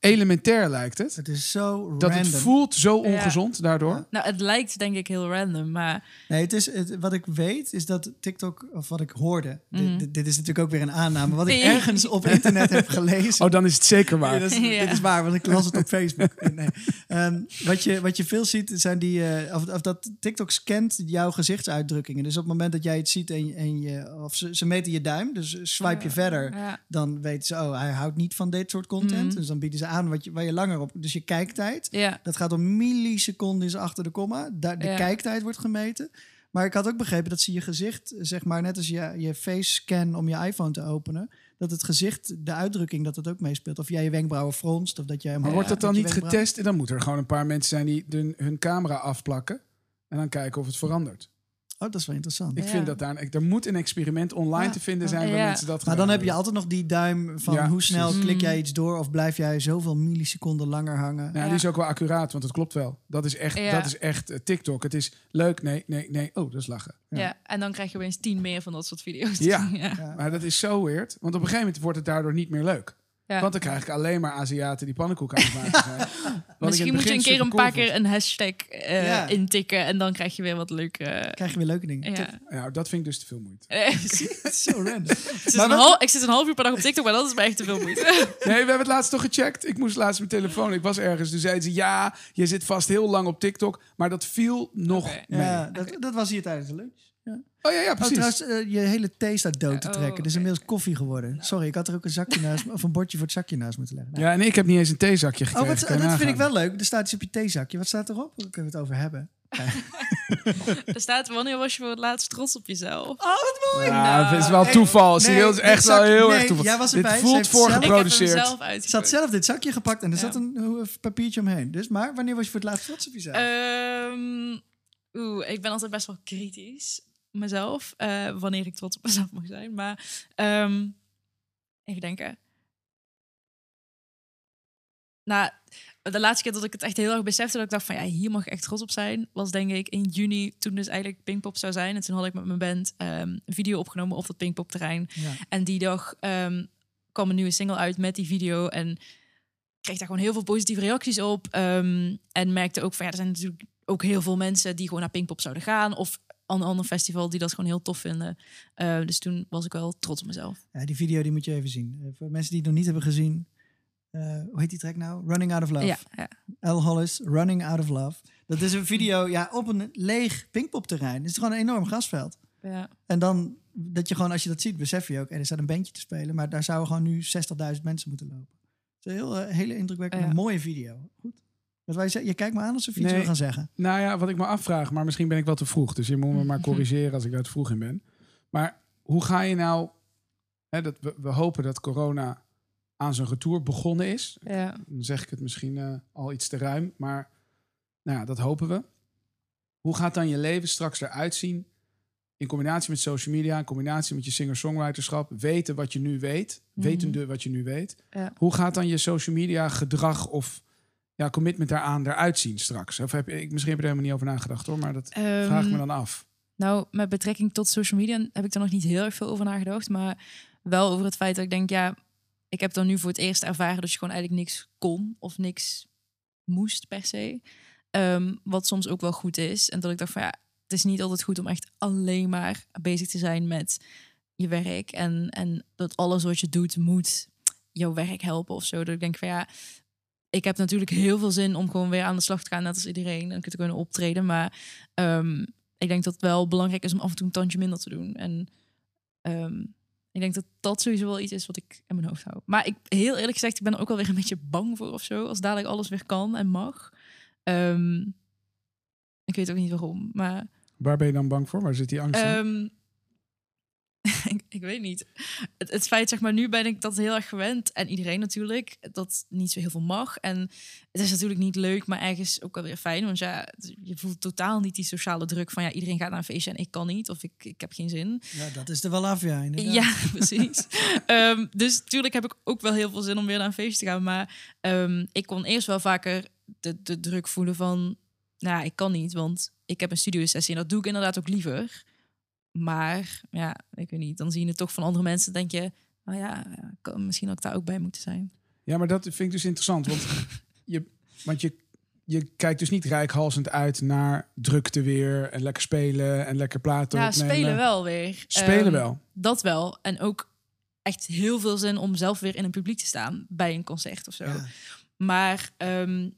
elementair, lijkt het. Het is zo Dat random. het voelt zo Ja. ongezond daardoor. Ja. Nou, het lijkt denk ik heel random, maar... Nee, het is, het, wat ik weet is dat TikTok, of wat ik hoorde... Mhm. dit, dit is natuurlijk ook weer een aanname. Wat ik Nee. ergens op internet heb gelezen... Oh, dan is het zeker waar. Ja, dat is, Ja. Dit is waar, want ik las het op Facebook. Nee. Ehm, wat, je, wat je veel ziet, zijn die... eh, of, of dat TikTok scant jouw gezichtsuitdrukkingen. Dus op het moment dat jij het ziet en, je- en je... Of ze, ze meten je duim, dus swipe je verder... Ja. dan weten ze, oh, hij houdt niet van dit soort content. Mhm. Dus dan bieden ze aan wat je, waar je langer op... Dus je kijktijd, Ja. dat gaat om milliseconden achter de komma. Daar, de Ja. kijktijd wordt gemeten. Maar ik had ook begrepen dat ze je gezicht, zeg maar, net als je, je face scan om je iPhone te openen, dat het gezicht, de uitdrukking, dat het ook meespeelt. Of jij je wenkbrauwen fronst, of dat jij... Maar Ja, wordt dat dan met je niet wenkbrauwen- getest? En dan moeten er gewoon een paar mensen zijn die hun, hun camera afplakken. En dan kijken of het verandert. Oh, dat is wel interessant. Ik Ja. vind dat daar... Er moet een experiment online Ja. te vinden zijn waar Ja. mensen dat Maar gedaan dan heb je hebben. altijd nog die duim van Ja, hoe snel precies. klik jij Mm. iets door, of blijf jij zoveel milliseconden langer hangen. Ja, die is ook wel accuraat, want het klopt wel. Dat is echt, Ja. dat is echt eh, TikTok. Het is leuk, nee, nee, nee. Oh, dat is lachen. Ja. Ja. En dan krijg je opeens tien meer van dat soort video's. Ja. ja. Ja. Maar dat is zo weird. Want op een gegeven moment wordt het daardoor niet meer leuk. Ja. Want dan krijg ik alleen maar Aziaten die pannenkoeken aan het maken zijn. Wat ik in het Misschien moet je begin een keer een supercool paar vond. keer een hashtag eh, Ja. intikken en dan krijg je weer wat leuke... Krijg je weer leuke dingen. ja. Ja, dat vind ik dus te veel moeite. Eh, Het is zo random. ik, zit Maar een wat- hal- ik zit een half uur per dag op TikTok, maar dat is mij echt te veel moeite. Nee, we hebben het laatst toch gecheckt. Ik moest laatst mijn telefoon. Ik was ergens. Toen zeiden ze, ja, je zit vast heel lang op TikTok. Maar dat viel nog Oké. mee. Ja, dat, dat was hier tijdens de lunch. Ja. Oh ja, ja, Oh, precies. trouwens, eh, je hele thee staat dood te Ja, oh, trekken. Het is oké. inmiddels koffie geworden. Sorry, ik had er ook een zakje naast, of een bordje voor het zakje naast moeten leggen. Ja, en ik heb niet eens een theezakje gekregen. Oh, wat, Kan je dat vind ik nagaan. wel leuk. Er staat iets op je theezakje. Wat staat erop? Daar kunnen we het over hebben. Er staat, wanneer was je voor het laatst trots op jezelf? Oh, wat mooi! Ja, het is wel Nee, toeval. nee, Serieus, het is dit echt wel zakje- heel nee, erg toeval. jij was Dit erbij. Ze voelt heeft zelf- Ik heb hem voorgeproduceerd. zelf Ze had uitgekozen. zelf dit zakje gepakt en er Ja. zat een, een papiertje omheen. Dus, maar wanneer was je voor het laatst trots op jezelf? Ehm, Oeh, ik ben altijd best wel kritisch op mezelf. eh, wanneer ik trots op mezelf mag zijn. Maar ehm, even denken. Nou, de laatste keer dat ik het echt heel erg besefte, dat ik dacht van ja, hier mag ik echt trots op zijn, was denk ik in juni, toen dus eigenlijk Pinkpop zou zijn. En toen had ik met mijn band ehm, een video opgenomen op dat Pinkpop terrein. Ja. En die dag ehm, kwam een nieuwe single uit met die video. En ik kreeg daar gewoon heel veel positieve reacties op. Ehm, en merkte ook van ja, er zijn natuurlijk ook heel veel mensen die gewoon naar Pinkpop zouden gaan. Of aan een ander festival die dat gewoon heel tof vinden. Eh, dus toen was ik wel trots op mezelf. Ja, die video die moet je even zien. Eh, voor mensen die het nog niet hebben gezien. eh, hoe heet die track nou? Running Out of Love. Ja, ja. Al Hollis, Running Out of Love. Dat is een video ja, op een leeg Pinkpop-terrein. Het is gewoon een enorm grasveld. ja. En dan, dat je gewoon, als je dat ziet, besef je ook... en er staat een bandje te spelen, maar daar zouden gewoon nu zestigduizend mensen moeten lopen. Het is een heel, eh, hele indrukwekkende, Ja. mooie video. Goed. Wat wij zeggen, je kijkt me aan alsof je iets Nee. wil gaan zeggen. Nou ja, wat ik me afvraag, maar misschien ben ik wel te vroeg. Dus je moet me maar corrigeren als ik daar te vroeg in ben. Maar hoe ga je nou... Hè, dat we, we hopen dat corona aan zijn retour begonnen is. ja. Dan zeg ik het misschien eh, al iets te ruim. Maar nou ja, dat hopen we. Hoe gaat dan je leven straks eruit zien? In combinatie met social media, in combinatie met je singer-songwriterschap. Weten wat je nu weet. Mhm. Wetende wat je nu weet. Ja. Hoe gaat dan je social media gedrag of ja, commitment daaraan eruit zien straks? Of heb je, ik, misschien heb je er helemaal niet over nagedacht hoor. Maar dat vraag ik me dan af. Nou, met betrekking tot social media heb ik er nog niet heel erg veel over nagedacht. Maar wel over het feit dat ik denk, ja, ik heb dan nu voor het eerst ervaren dat je gewoon eigenlijk niks kon of niks moest per se. Ehm, wat soms ook wel goed is. En dat ik dacht van ja, het is niet altijd goed om echt alleen maar bezig te zijn met je werk. En, en dat alles wat je doet moet jouw werk helpen of zo. Dat ik denk van ja, ik heb natuurlijk heel veel zin om gewoon weer aan de slag te gaan, net als iedereen. En te kunnen optreden. Maar um, ik denk dat het wel belangrijk is om af en toe een tandje minder te doen. En um, ik denk dat dat sowieso wel iets is wat ik in mijn hoofd hou. Maar ik, heel eerlijk gezegd, ik ben er ook wel weer een beetje bang voor of zo. Als dadelijk alles weer kan en mag. Um, ik weet ook niet waarom, maar... Waar ben je dan bang voor? Waar zit die angst in? Um, ik, ik weet niet. Het, het feit, zeg maar, nu ben ik dat heel erg gewend. En iedereen natuurlijk, dat niet zo heel veel mag. En het is natuurlijk niet leuk, maar ergens ook wel weer fijn. Want ja, je voelt totaal niet die sociale druk van... ja, iedereen gaat naar een feestje en ik kan niet. Of ik, ik heb geen zin. Ja, dat is er wel af, ja. Inderdaad. Ja, precies. um, dus natuurlijk heb ik ook wel heel veel zin om weer naar een feestje te gaan. Maar um, ik kon eerst wel vaker de, de druk voelen van... nou, ik kan niet, want ik heb een studiosessie... en dat doe ik inderdaad ook liever... Maar ja, ik weet niet. Dan zie je het toch van andere mensen. Denk je, oh ja, misschien had ik daar ook bij moeten zijn. Ja, maar dat vind ik dus interessant. Want je, want je, je kijkt dus niet reikhalzend uit naar drukte weer en lekker spelen en lekker platen Ja, opnemen. spelen wel weer. Spelen Um, wel. Dat wel. En ook echt heel veel zin om zelf weer in een publiek te staan bij een concert of zo. Ja. Maar um,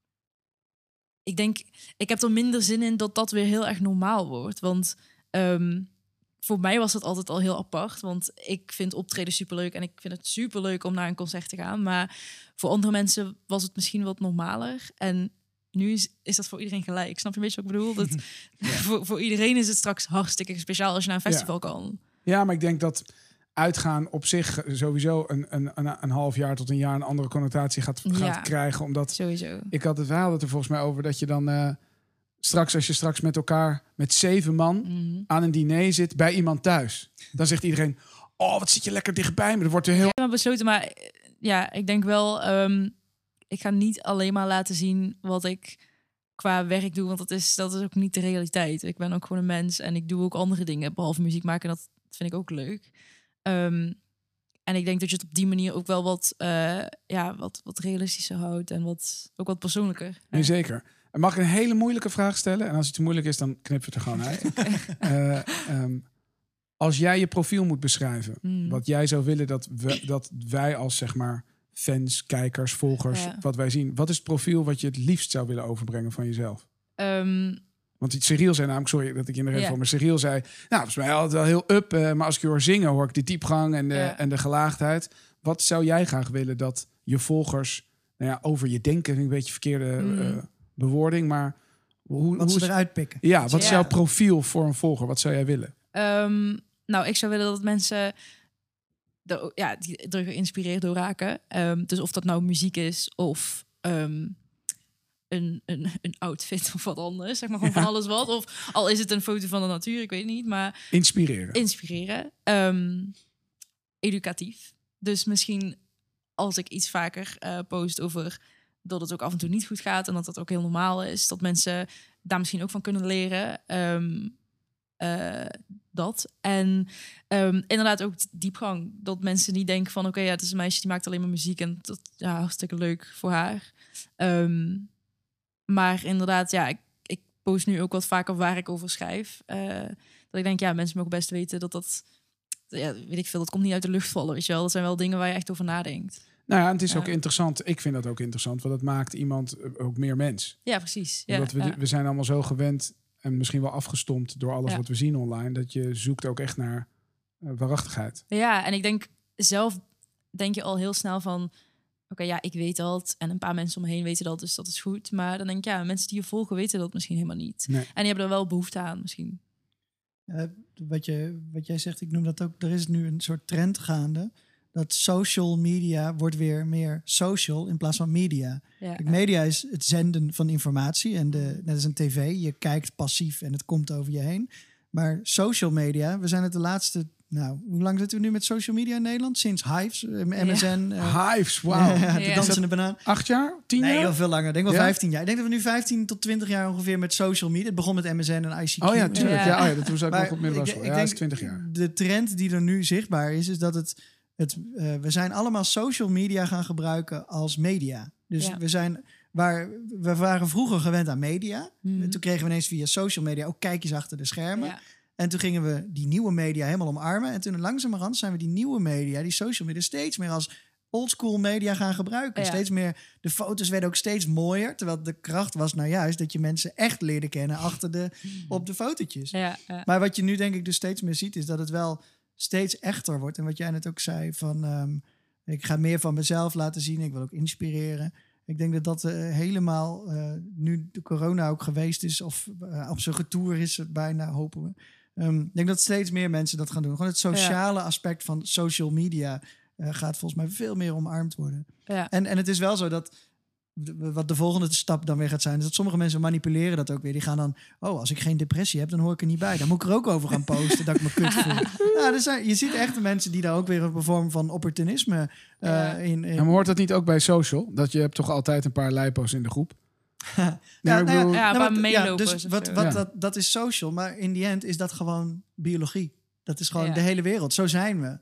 ik denk, ik heb er minder zin in dat dat weer heel erg normaal wordt. Want um, voor mij was het altijd al heel apart. Want ik vind optreden superleuk en ik vind het superleuk om naar een concert te gaan. Maar voor andere mensen was het misschien wat normaler. En nu is, is dat voor iedereen gelijk. Snap je een beetje wat ik bedoel? Dat, ja. voor, voor iedereen is het straks hartstikke speciaal als je naar een festival ja. kan. Ja, maar ik denk dat uitgaan op zich sowieso een, een, een, een half jaar tot een jaar een andere connotatie gaat, gaat Ja, krijgen. Omdat sowieso. Ik had het verhaal het er volgens mij over dat je dan uh, straks, als je straks met elkaar met zeven man Mm-hmm. aan een diner zit bij iemand thuis, dan zegt iedereen: oh, wat zit je lekker dichtbij me. Er wordt er heel. Ik heb besloten, maar ja, ik denk wel, um, ik ga niet alleen maar laten zien wat ik qua werk doe, want dat is, dat is ook niet de realiteit. Ik ben ook gewoon een mens en ik doe ook andere dingen, behalve muziek maken. Dat vind ik ook leuk. Um, en ik denk dat je het op die manier ook wel wat, uh, ja, wat, wat realistischer houdt en wat, ook wat persoonlijker. Nee, zeker. En mag ik een hele moeilijke vraag stellen? En als het te moeilijk is, dan knip je het er gewoon uit. uh, um, als jij je profiel moet beschrijven, mm. wat jij zou willen dat, we, dat wij als zeg maar fans, kijkers, volgers, ja. wat wij zien. Wat is het profiel wat je het liefst zou willen overbrengen van jezelf? Um, Want Cyril zei namelijk, sorry dat ik in de reden ja. val, maar Cyril zei, nou, volgens mij altijd wel heel up, uh, maar als ik je hoor zingen, hoor ik de diepgang en de, ja. en de gelaagdheid. Wat zou jij graag willen dat je volgers, nou ja, over je denken, een beetje verkeerde mm. uh, bewoording, maar hoe, wat hoe ze eruit pikken. Ja, wat ja. is jouw profiel voor een volger? Wat zou jij willen? Um, nou, ik zou willen dat mensen er, ja, die er geïnspireerd door raken. Um, dus of dat nou muziek is of um, een, een, een outfit of wat anders. Zeg maar gewoon ja. van alles wat. Of al is het een foto van de natuur, ik weet niet. Maar inspireren. Inspireren. Um, educatief. Dus misschien als ik iets vaker uh, post over dat het ook af en toe niet goed gaat en dat dat ook heel normaal is, dat mensen daar misschien ook van kunnen leren. Um, uh, dat. En um, inderdaad ook diepgang. Dat mensen niet denken van oké, okay, ja, het is een meisje die maakt alleen maar muziek en dat ja, hartstikke leuk voor haar. Um, maar inderdaad, ja, ik, ik post nu ook wat vaker waar ik over schrijf. Uh, dat ik denk, ja, mensen mogen best weten dat dat, ja, weet ik veel, dat komt niet uit de lucht vallen, weet je wel. Dat zijn wel dingen waar je echt over nadenkt. Nou ja, het is ook ja. interessant. Ik vind dat ook interessant, want het maakt iemand ook meer mens. Ja, precies. Ja, Omdat we, ja. we zijn allemaal zo gewend en misschien wel afgestompt door alles ja. wat we zien online, dat je zoekt ook echt naar uh, waarachtigheid. Ja, en ik denk zelf denk je al heel snel van oké, okay, ja, ik weet dat en een paar mensen om me heen weten dat, dus dat is goed. Maar dan denk ik, ja, mensen die je volgen weten dat misschien helemaal niet. Nee. En die hebben er wel behoefte aan misschien. Uh, wat, je, wat jij zegt, ik noem dat ook, er is nu een soort trend gaande. Dat social media wordt weer meer social in plaats van media. Ja, Kijk, media is het zenden van informatie. En de, net als een tv, je kijkt passief en het komt over je heen. Maar social media, we zijn het de laatste... Nou, hoe lang zitten we nu met social media in Nederland? Sinds Hives, M S N. Ja. Uh, Hives, wauw. Ja, de ja. dansende banaan. Acht jaar? Tien nee, jaar? heel veel langer. Ik denk wel ja? vijftien jaar. Ik denk dat we nu vijftien tot twintig jaar ongeveer met social media... Het begon met M S N en I C Q. Oh ja, tuurlijk. Ja. Ja. Ja, oh ja, dat was ook nog op middelbare school. Ja, dat is twintig jaar. De trend die er nu zichtbaar is, is dat het... het uh, we zijn allemaal social media gaan gebruiken als media. Dus ja. we zijn... Waar, we waren vroeger gewend aan media. Mm-hmm. Toen kregen we ineens via social media ook kijkjes achter de schermen. Ja. En toen gingen we die nieuwe media helemaal omarmen. En toen langzamerhand zijn we die nieuwe media, die social media, steeds meer als oldschool media gaan gebruiken. Ja. Steeds meer, de foto's werden ook steeds mooier. Terwijl de kracht was nou juist dat je mensen echt leerde kennen achter de, op de fotootjes. Ja, ja. Maar wat je nu denk ik dus steeds meer ziet, is dat het wel steeds echter wordt. En wat jij net ook zei, van um, ik ga meer van mezelf laten zien. Ik wil ook inspireren. Ik denk dat dat uh, helemaal, uh, nu de corona ook geweest is, of uh, op zijn retour is, bijna hopen we. Um, ik denk dat steeds meer mensen dat gaan doen. Gewoon het sociale ja. aspect van social media uh, gaat volgens mij veel meer omarmd worden. Ja. En, en het is wel zo dat, wat de volgende stap dan weer gaat zijn, is dat sommige mensen manipuleren dat ook weer. Die gaan dan, oh, als ik geen depressie heb, dan hoor ik er niet bij. Dan moet ik er ook over gaan posten dat ik me kut voel. Ja, er zijn, je ziet echt mensen die daar ook weer op een vorm van opportunisme uh, ja. in... in ja, maar hoort dat niet ook bij social? Dat je hebt toch altijd een paar lijpo's in de groep? ja, nou, nou ja, bedoel... ja, nou, maar ja, dus wat, wat, ja. dat, dat is social, maar in die end is dat gewoon biologie. Dat is gewoon ja. de hele wereld. Zo zijn we.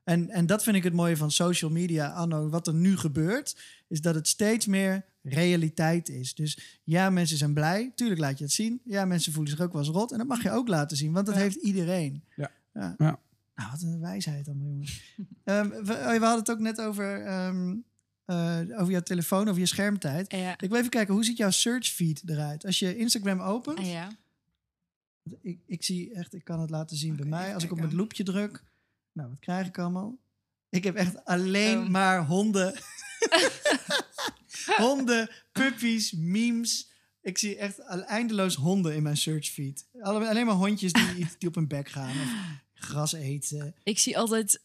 En, en dat vind ik het mooie van social media, anno. Wat er nu gebeurt, is dat het steeds meer realiteit is. Dus ja, mensen zijn blij. Tuurlijk laat je het zien. Ja, mensen voelen zich ook wel eens rot. En dat mag je ook laten zien, want dat ja. heeft iedereen. Ja. Ja. ja. Nou, wat een wijsheid allemaal, jongens. um, we, we hadden het ook net over, um, uh, over jouw telefoon, over je schermtijd. Ja. Ik wil even kijken, hoe ziet jouw search feed eruit? Als je Instagram opent... Ah, ja. ik, ik zie echt, ik kan het laten zien okay, bij mij. Als ik op het loopje druk... Nou, wat krijg ik allemaal? Ik heb echt alleen oh. maar honden. Honden, puppies, memes. Ik zie echt eindeloos honden in mijn search feed. Alleen maar hondjes die, die op hun bek gaan of gras eten. Ik zie altijd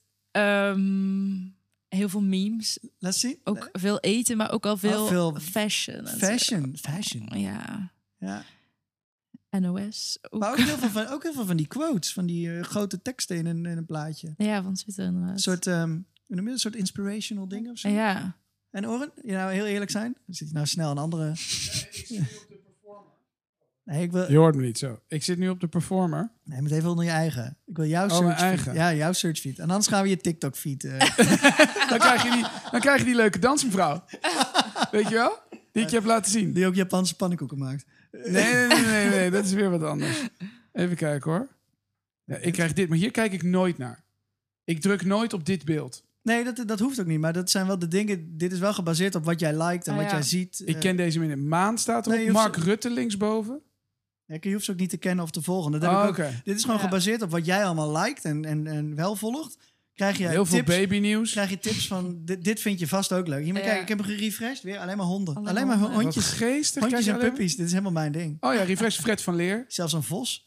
um, heel veel memes. Laat zien. Ook nee. veel eten, maar ook al veel, oh, veel fashion. Fashion, fashion. Ja. Ja. N O S. Ook. Maar ook heel, veel van, ook heel veel van die quotes, van die uh, grote teksten in een, in een plaatje. Ja, van Twitter inderdaad. Een soort, um, een soort inspirational dingen of zo. Ja. En Oren, je nou heel eerlijk zijn? Dan zit je nou snel een andere... Ja, ik zit nu op de performer. Nee, ik wil... Je hoort me niet zo. Ik zit nu op de performer. Nee, je moet even onder je eigen. Ik wil jouw oh, search feed. eigen. Ja, jouw search feed. En anders gaan we je TikTok feed. Uh. dan, krijg je die, dan krijg je die leuke dansmevrouw. Weet je wel? Die ik je heb laten zien. Die ook Japanse pannenkoeken maakt. Nee, nee, nee, nee, nee, dat is weer wat anders. Even kijken hoor. Ja, ik krijg dit, maar hier kijk ik nooit naar. Ik druk nooit op dit beeld. Nee, dat, dat hoeft ook niet. Maar dat zijn wel de dingen... Dit is wel gebaseerd op wat jij liked en ah, wat ja. jij ziet. Ik ken deze in Maan staat erop. Nee, Mark ze... Rutte linksboven. Ja, je hoeft ze ook niet te kennen of te volgen. Dat heb oh, ik ook. Okay. Dit is gewoon ja. gebaseerd op wat jij allemaal liked en, en, en wel volgt. Krijg je heel tips, veel babynieuws. Krijg je tips van, dit, dit vind je vast ook leuk. Hier, maar ja. kijk, ik heb hem gerefreshed. Weer alleen maar honden. Alleen, alleen maar honden. hondjes. Wat geestig. Hondjes en puppies. Dit is helemaal mijn ding. Oh ja, refresh Fred van Leer. Zelfs een vos.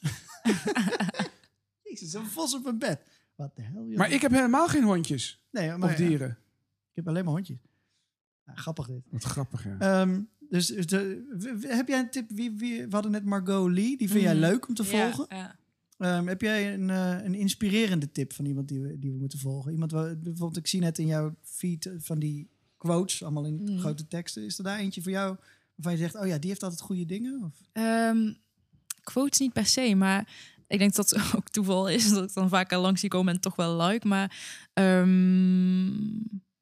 Jezus, een vos op een bed. Wat de hel. Maar ik heb helemaal geen hondjes. Nee, maar, of dieren. Ja. Ik heb alleen maar hondjes. Nou, grappig dit. Wat grappig, ja. Um, dus de, heb jij een tip? Wie, wie, we hadden net Margot Lee. Die vind mm. jij leuk om te volgen. Ja, ja. Um, heb jij een, uh, een inspirerende tip van iemand die we, die we moeten volgen? Iemand waar, bijvoorbeeld, ik zie net in jouw feed van die quotes, allemaal in mm. grote teksten. Is er daar eentje voor jou waarvan je zegt, oh ja, die heeft altijd goede dingen? Of? Um, quotes niet per se, maar ik denk dat het ook toeval is dat ik dan vaak langs zie komen en toch wel like. Maar um,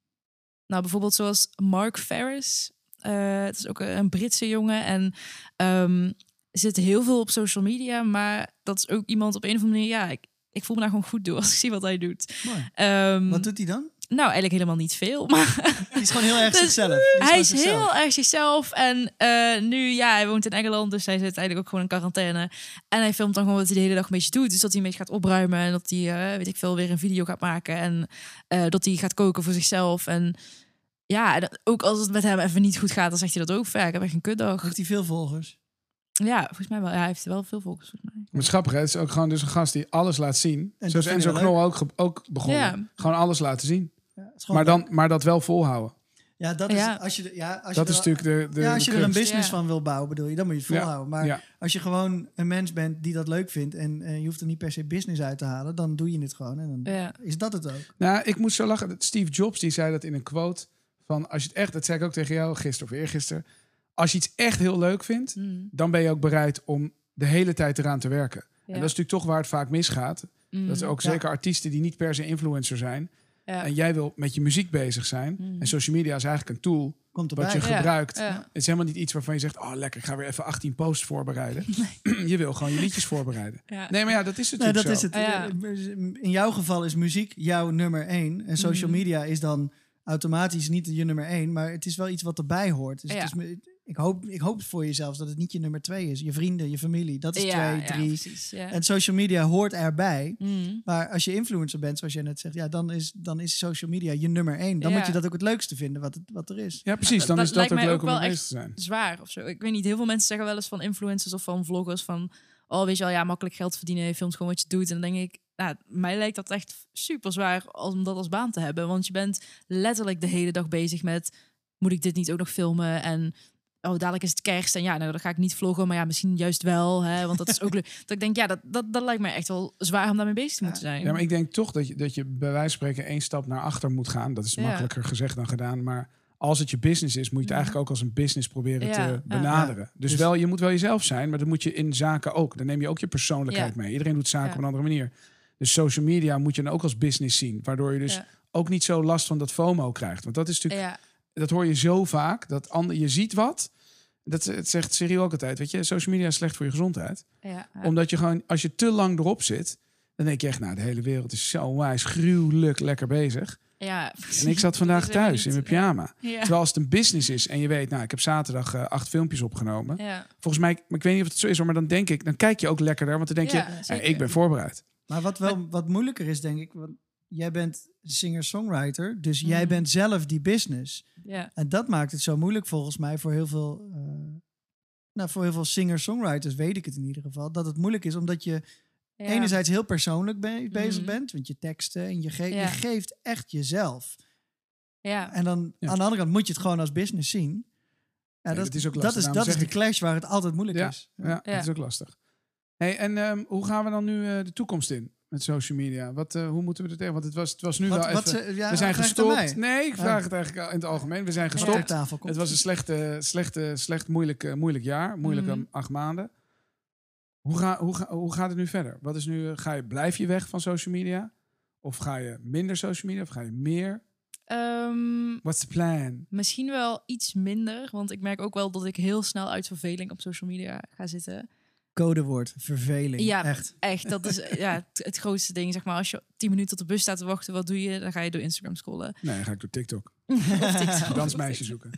nou, bijvoorbeeld zoals Mark Ferris. Uh, het is ook een Britse jongen en um, zit heel veel op social media, maar dat is ook iemand op een of andere manier, ja, ik, ik voel me daar gewoon goed door als ik zie wat hij doet. Um, wat doet hij dan? Nou, eigenlijk helemaal niet veel, maar... Die is gewoon heel erg dus, zichzelf. Is hij is zichzelf. heel erg zichzelf en uh, nu, ja, hij woont in Engeland, dus hij zit eigenlijk ook gewoon in quarantaine. En hij filmt dan gewoon wat hij de hele dag een beetje doet. Dus dat hij een beetje gaat opruimen en dat hij, uh, weet ik veel, weer een video gaat maken en uh, dat hij gaat koken voor zichzelf en... Ja, en ook als het met hem even niet goed gaat, dan zegt hij dat ook. Ja, ik heb echt een kutdag. Heeft hij veel volgers? Ja, volgens mij wel. Ja, hij heeft wel veel volgers, volgens mij. Maar het is grappig, hè? Het is ook gewoon dus een gast die alles laat zien. En zoals Enzo Knol ook, ook begonnen. Ja. Gewoon alles laten zien. Ja, maar, dan, maar dat wel volhouden. Ja, dat is, ja. Als je, ja, als dat je is er, natuurlijk de, de ja, als de je er een kunst. business ja. van wil bouwen, bedoel je, dan moet je het volhouden. Maar ja. als je gewoon een mens bent die dat leuk vindt en uh, je hoeft er niet per se business uit te halen, dan doe je het gewoon. En dan ja. is dat het ook. Nou, ik moest zo lachen. Steve Jobs die zei dat in een quote. Van als je het echt, dat zei ik ook tegen jou gisteren of eergisteren. Als je iets echt heel leuk vindt, mm. dan ben je ook bereid om de hele tijd eraan te werken. Ja. En dat is natuurlijk toch waar het vaak misgaat. Mm. Dat is ook ja. zeker artiesten die niet per se influencer zijn. Ja. En jij wil met je muziek bezig zijn. Mm. En social media is eigenlijk een tool Komt wat je ja. gebruikt. Ja. Het is helemaal niet iets waarvan je zegt, oh lekker, ik ga weer even achttien posts voorbereiden. Nee. Je wil gewoon je liedjes voorbereiden. Ja. Nee, maar ja, dat is natuurlijk nee, dat zo. Is het. Ja. In jouw geval is muziek jouw nummer één. En social mm. media is dan automatisch niet je nummer één, maar het is wel iets wat erbij hoort. Dus ja. het is, ik, hoop, ik hoop voor jezelf dat het niet je nummer twee is. Je vrienden, je familie, dat is ja, twee, ja, drie. Precies, ja. En social media hoort erbij. Mm. Maar als je influencer bent, zoals je net zegt, ja, dan is, dan is social media je nummer één. Dan ja. moet je dat ook het leukste vinden wat, het, wat er is. Ja, precies. Dan dat, is dat, dat ook leuk om wel mee te zijn. Zwaar of zo. Ik weet niet, heel veel mensen zeggen wel eens van influencers of van vloggers van, oh, weet je wel, ja, makkelijk geld verdienen, je filmt gewoon wat je doet. En dan denk ik, nou, mij lijkt dat echt super zwaar om dat als baan te hebben. Want je bent letterlijk de hele dag bezig met, moet ik dit niet ook nog filmen? En oh, dadelijk is het kerst. En ja, nou, dan ga ik niet vloggen, maar ja, misschien juist wel. Hè, want dat is ook leuk. Dat ik denk, ja, dat, dat, dat lijkt mij echt wel zwaar om daarmee bezig te moeten zijn. Ja, maar ik denk toch dat je, dat je bij wijze van spreken één stap naar achter moet gaan. Dat is ja. makkelijker gezegd dan gedaan. Maar als het je business is, moet je het eigenlijk ook als een business proberen ja. te benaderen. Ja. Dus, dus wel, je moet wel jezelf zijn, maar dat moet je in zaken ook. Dan neem je ook je persoonlijkheid ja. mee. Iedereen doet zaken ja. op een andere manier. Dus social media moet je dan ook als business zien. Waardoor je dus Ja. ook niet zo last van dat FOMO krijgt. Want dat is natuurlijk, Ja. dat hoor je zo vaak. Dat ander, je ziet wat. Dat het zegt Cyril ook altijd. Weet je, social media is slecht voor je gezondheid. Ja. Ja. Omdat je gewoon, als je te lang erop zit, dan denk je echt, nou, de hele wereld is zo wijs, gruwelijk lekker bezig. Ja, En ik zat vandaag Dat is helemaal thuis in niet- mijn pyjama. Ja. Terwijl als het een business is en je weet, nou, ik heb zaterdag uh, acht filmpjes opgenomen. Ja. Volgens mij, maar ik weet niet of het zo is, hoor, maar dan denk ik, dan kijk je ook lekkerder, want dan denk Ja, je, hey, zeker. ik ben voorbereid. Maar wat wel wat moeilijker is, denk ik, want jij bent singer-songwriter, dus jij Mhm. bent zelf die business. Ja. En dat maakt het zo moeilijk volgens mij voor heel veel, uh, nou, voor heel veel singer-songwriters, weet ik het in ieder geval, dat het moeilijk is omdat je Ja. enerzijds heel persoonlijk be- bezig Mhm. bent, want je teksten en je, ge- Ja. je geeft echt jezelf. Ja. En dan Ja. aan de andere kant moet je het gewoon als business zien. Ja, Nee, dat, dat is ook dat lastig. is, Daarom dat is zeg de ik- clash waar het altijd moeilijk Ja, is. ja, Ja. dat is ook lastig. Hey, en um, hoe gaan we dan nu uh, de toekomst in met social media? Wat, uh, hoe moeten we er tegen? Want het was, het was nu Wat, wel wat even... ze, ja, we zijn vraag het aan gestopt. mij. Nee, ik vraag Ja. het eigenlijk in het algemeen. We zijn Wat gestopt. op tafel komt. Het was een slechte, slechte, slecht moeilijk, uh, moeilijk jaar. Moeilijke Mhm. acht maanden. Hoe, ga, hoe, ga, hoe gaat het nu verder? Wat is nu, ga je, blijf je weg van social media? Of ga je minder social media? Of ga je meer? Ehm, What's the plan? misschien wel iets minder, want ik merk ook wel dat ik heel snel uit verveling op social media ga zitten. Codewoord, verveling. Ja, Echt. echt. Dat is ja, het, het grootste ding. Zeg maar, als je tien minuten op de bus staat te wachten, wat doe je? Dan ga je door Instagram scrollen. Nee, dan ga ik door TikTok. Of TikTok. Dansmeisje zoeken.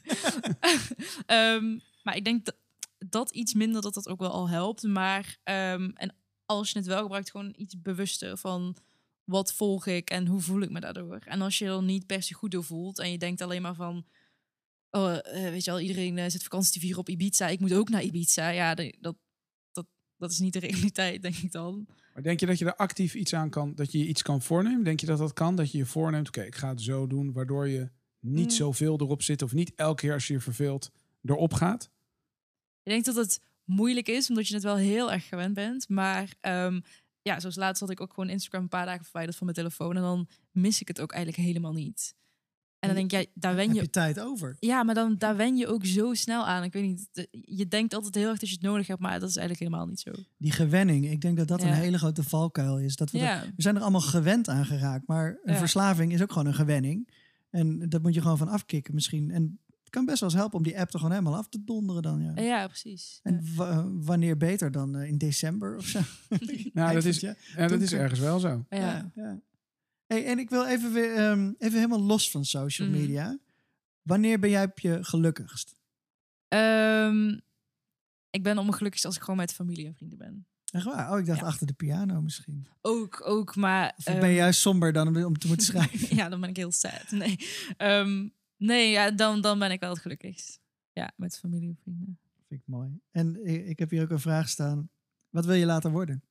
Ehm, maar ik denk dat, dat iets minder dat dat ook wel al helpt. Maar ehm, en als je het wel gebruikt, gewoon iets bewuster van wat volg ik en hoe voel ik me daardoor. En als je er niet per se goed door voelt en je denkt alleen maar van, oh, eh, weet je wel, iedereen uh, zit vakantie te vieren op Ibiza, ik moet ook naar Ibiza. Ja, de, dat, dat, dat is niet de realiteit, denk ik dan. Maar denk je dat je er actief iets aan kan, dat je je iets kan voornemen? Denk je dat dat kan? Dat je je voorneemt, oké, ik ga het zo doen, waardoor je niet Mm. zoveel erop zit of niet elke keer als je je verveelt erop gaat? Ik denk dat het moeilijk is, omdat je het wel heel erg gewend bent. Maar um, ja, zoals laatst had ik ook gewoon Instagram een paar dagen verwijderd van mijn telefoon. En dan mis ik het ook eigenlijk helemaal niet. En dan denk jij, daar wen Heb je... je tijd over? Ja, maar dan daar wen je ook zo snel aan. Ik weet niet, de- je denkt altijd heel erg dat je het nodig hebt, maar dat is eigenlijk helemaal niet zo. Die gewenning, ik denk dat dat Ja. een hele grote valkuil is. Dat we, Ja. dat- we zijn er allemaal gewend aan geraakt, maar een Ja. verslaving is ook gewoon een gewenning. En dat moet je gewoon van afkicken misschien. En het kan best wel eens helpen om die app er gewoon helemaal af te donderen dan. Ja. Ja, precies. Ja. En wa- wanneer beter dan uh, in december of zo? Nou, dat is, Ja. ja, dat is donker. ergens wel zo. Ja. Ja, ja. Hey, en ik wil even weer um, even helemaal los van social Mhm. media. Wanneer ben jij op je gelukkigst? Ehm, ik ben op mijn gelukkigst als ik gewoon met familie en vrienden ben. Echt waar? Oh, ik dacht Ja. achter de piano misschien. Ook, ook, maar... Of ben je ehm, juist somber dan om, om te moeten schrijven? ja, dan ben ik heel sad. Nee, Ehm, nee ja, dan, dan ben ik wel het gelukkigst. Ja, met familie en vrienden. Vind ik mooi. En ik, ik heb hier ook een vraag staan. Wat wil je later worden?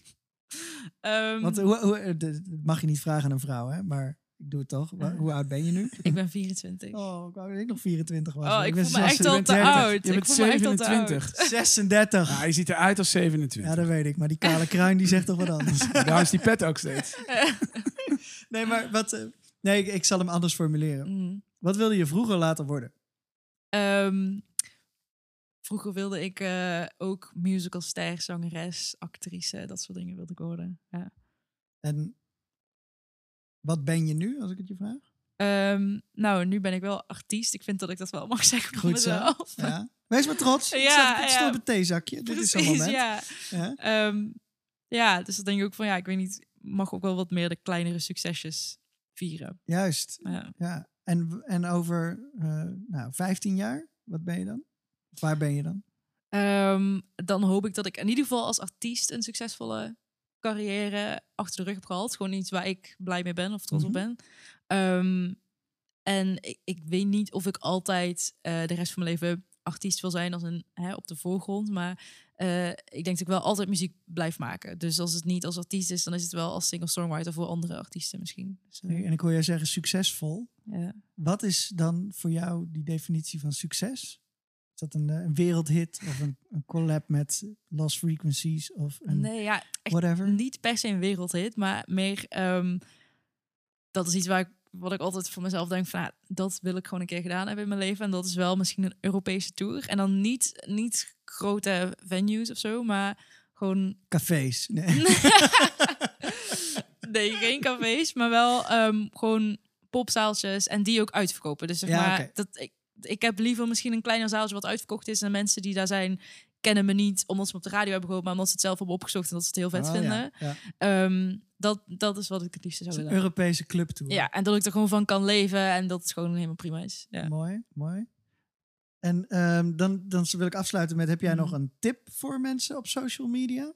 Ehm, Want hoe, hoe, dat mag je niet vragen aan een vrouw, hè? Maar ik doe het toch. Wa- Hoe oud ben je nu? ik ben vierentwintig. Oh, ik wou dat ik nog vierentwintig was. Oh, ik ben voel me echt al te zesendertig. oud. Je Ik bent voel me echt al te zevenentwintig. oud. zesendertig. Ja, je ziet eruit als zevenentwintig. Ja, dat weet ik. Maar die kale kruin die zegt toch wat anders. Daar is die pet ook steeds. Nee, maar wat... eh, nee, ik, ik zal hem anders formuleren. Mm. Wat wilde je vroeger later worden? Ehm, vroeger wilde ik eh, ook musicalster, zangeres, actrice, dat soort dingen wilde ik worden. Ja. En wat ben je nu, als ik het je vraag? Ehm, nou, nu ben ik wel artiest. Ik vind dat ik dat wel mag zeggen voor Goed zo. mezelf. Ja. Wees maar trots. Ik Ja, zet het ja. stil op het theezakje. Dit is zo'n Precies, moment. ja. Ja. Ehm, ja, dus dan denk ik ook van, ja, ik weet niet, mag ook wel wat meer de kleinere succesjes vieren. Juist. Ja. Ja. En, en over uh, nou, vijftien jaar, wat ben je dan? Of waar ben je dan? Ehm, dan hoop ik dat ik in ieder geval als artiest een succesvolle carrière achter de rug heb gehad. Gewoon iets waar ik blij mee ben of trots Mhm. op ben. Um, en ik, ik weet niet of ik altijd uh, de rest van mijn leven artiest wil zijn als een hè, op de voorgrond. Maar uh, ik denk dat ik wel altijd muziek blijf maken. Dus als het niet als artiest is, dan is het wel als singer-songwriter voor andere artiesten misschien. Dus, uh, En ik hoor jij zeggen succesvol. ja. Wat is dan voor jou die definitie van succes? Is dat een, een wereldhit of een, een collab met Lost Frequencies of een Nee, ja, echt whatever? niet per se een wereldhit, maar meer um, dat is iets waar ik, wat ik altijd voor mezelf denk van, nou, dat wil ik gewoon een keer gedaan hebben in mijn leven. En dat is wel misschien een Europese tour. En dan niet, niet grote venues of zo, maar gewoon... Cafés. Nee. nee, geen cafés, maar wel um, gewoon popzaaltjes en die ook uitverkopen. Dus zeg Ja, maar, okay. dat, ik, ik heb liever misschien een kleiner zaaltje wat uitverkocht is en mensen die daar zijn kennen me niet omdat ze me op de radio hebben gehoord, maar omdat ze het zelf hebben opgezocht en dat ze het heel vet Oh, vinden. Ja, ja. Um, dat, dat is wat ik het liefste zou Een willen. Europese clubtour. Ja, en dat ik er gewoon van kan leven en dat het gewoon helemaal prima is. Ja. Mooi, mooi. En um, dan, dan wil ik afsluiten met, heb jij nog een tip voor mensen op social media?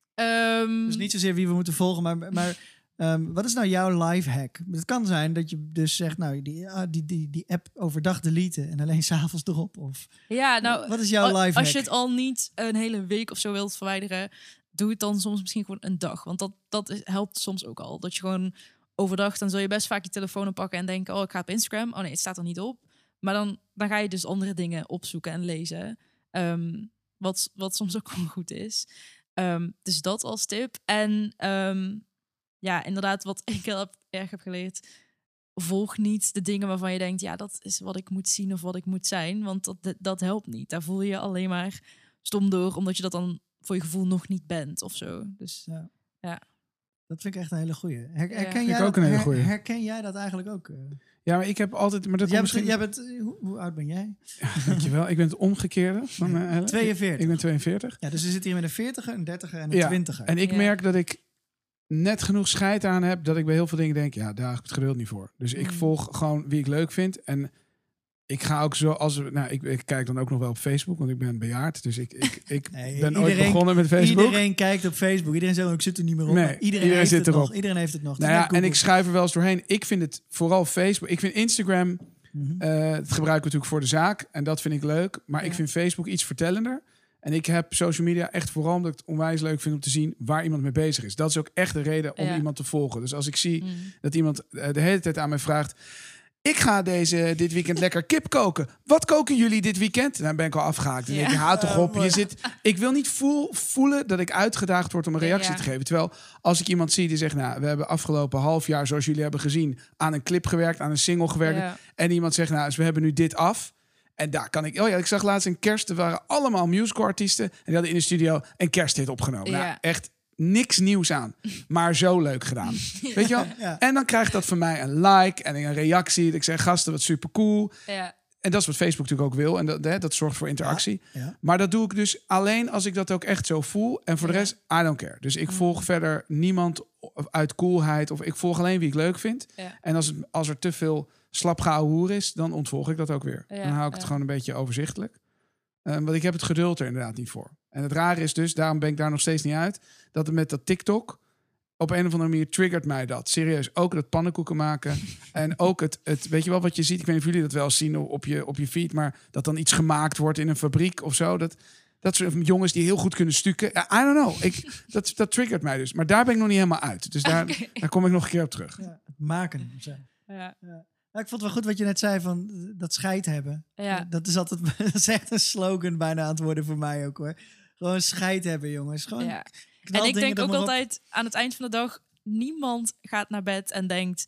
Um, Dus niet zozeer wie we moeten volgen, maar, maar um, wat is nou jouw lifehack? Het kan zijn dat je dus zegt, nou, die, die, die, die app overdag deleten en alleen 's avonds erop. Of, ja, nou, wat is jouw lifehack? Als je het al niet een hele week of zo wilt verwijderen, doe het dan soms misschien gewoon een dag. Want dat, dat is, helpt soms ook al. Dat je gewoon overdag, dan zul je best vaak je telefoon oppakken en denken, oh, ik ga op Instagram. Oh nee, het staat er niet op. Maar dan, dan ga je dus andere dingen opzoeken en lezen. Um, wat, wat soms ook wel goed is. Um, dus dat als tip. En um, ja, inderdaad, wat ik heel erg heb geleerd. Volg niet de dingen waarvan je denkt, ja, dat is wat ik moet zien of wat ik moet zijn. Want dat, dat helpt niet. Daar voel je je alleen maar stom door, omdat je dat dan voor je gevoel nog niet bent of zo. Dus ja. ja. Dat vind ik echt een hele goeie. Her, herken, ja. jij ook dat, een hele her, goeie. herken jij dat eigenlijk ook? Uh? Ja, maar ik heb altijd... Maar dat jij misschien... jij bent, hoe, hoe oud ben jij? Ja, dankjewel. Ik ben het omgekeerde van uh, tweeënveertig. Ik ben tweeënveertig. Ja, dus we zitten hier met een veertiger, een dertiger en een ja. twintiger. En ik ja. merk dat ik net genoeg scheid aan heb dat ik bij heel veel dingen denk, ja, daar heb ik het geduld niet voor. Dus ik mm. volg gewoon wie ik leuk vind. En ik ga ook zo, als we, nou, ik, ik kijk dan ook nog wel op Facebook, want ik ben bejaard. Dus ik, ik, ik nee, ben iedereen, ooit begonnen met Facebook. Iedereen kijkt op Facebook. Iedereen zegt, ik zit er niet meer op. Nee, iedereen, iedereen heeft zit het erop. nog. Iedereen heeft het nog. Nou ja, en ik schuif er wel eens doorheen. Ik vind het vooral Facebook. Ik vind Instagram, mm-hmm. uh, het gebruik ik natuurlijk voor de zaak. En dat vind ik leuk. Maar ja. ik vind Facebook iets vertellender. En ik heb social media echt vooral omdat ik het onwijs leuk vind om te zien waar iemand mee bezig is. Dat is ook echt de reden om ja. iemand te volgen. Dus als ik zie mm. dat iemand uh, de hele tijd aan mij vraagt, ik ga deze, dit weekend lekker kip koken. Wat koken jullie dit weekend? Dan ben ik al afgehaakt. Dan ja. denk ik, haat toch op. Je zit, ik wil niet voel, voelen dat ik uitgedaagd word om een reactie ja. te geven. Terwijl als ik iemand zie die zegt, nou, we hebben afgelopen half jaar, zoals jullie hebben gezien, aan een clip gewerkt, aan een single gewerkt. Ja. En iemand zegt, nou, dus we hebben nu dit af. En daar kan ik... Oh ja, ik zag laatst een kerst. Er waren allemaal musicalartiesten. En die hadden in de studio een kersthit opgenomen. Ja. Nou, echt niks nieuws aan. Maar zo leuk gedaan. Ja. Weet je wel? Ja. En dan krijgt dat van mij een like en een reactie. Ik zeg, gasten, wat super cool. Ja. En dat is wat Facebook natuurlijk ook wil. En dat, hè, dat zorgt voor interactie. Ja. Ja. Maar dat doe ik dus alleen als ik dat ook echt zo voel. En voor de rest, I don't care. Dus ik volg verder niemand uit coolheid. Of ik volg alleen wie ik leuk vind. Ja. En als, het, als er te veel slap gehouden is, dan ontvolg ik dat ook weer. Ja, dan hou ik het ja. gewoon een beetje overzichtelijk. Um, want ik heb het geduld er inderdaad niet voor. En het rare is dus, daarom ben ik daar nog steeds niet uit, dat het met dat TikTok, op een of andere manier triggert mij dat. Serieus, ook dat pannenkoeken maken. En ook het, het, weet je wel wat je ziet, ik weet niet of jullie dat wel zien op je, op je feed, maar dat dan iets gemaakt wordt in een fabriek of zo. Dat, dat soort jongens die heel goed kunnen stukken. Ja, I don't know. Ik, dat, dat triggert mij dus. Maar daar ben ik nog niet helemaal uit. Dus daar, okay. daar kom ik nog een keer op terug. Ja, het maken. Zo. Ja. Ja. Nou, ik vond het wel goed wat je net zei van dat scheid hebben. Ja. Dat is altijd dat is echt een slogan bijna aan het worden voor mij ook hoor. Gewoon scheid hebben jongens. Gewoon ja. En ik denk ook altijd aan het eind van de dag, niemand gaat naar bed en denkt,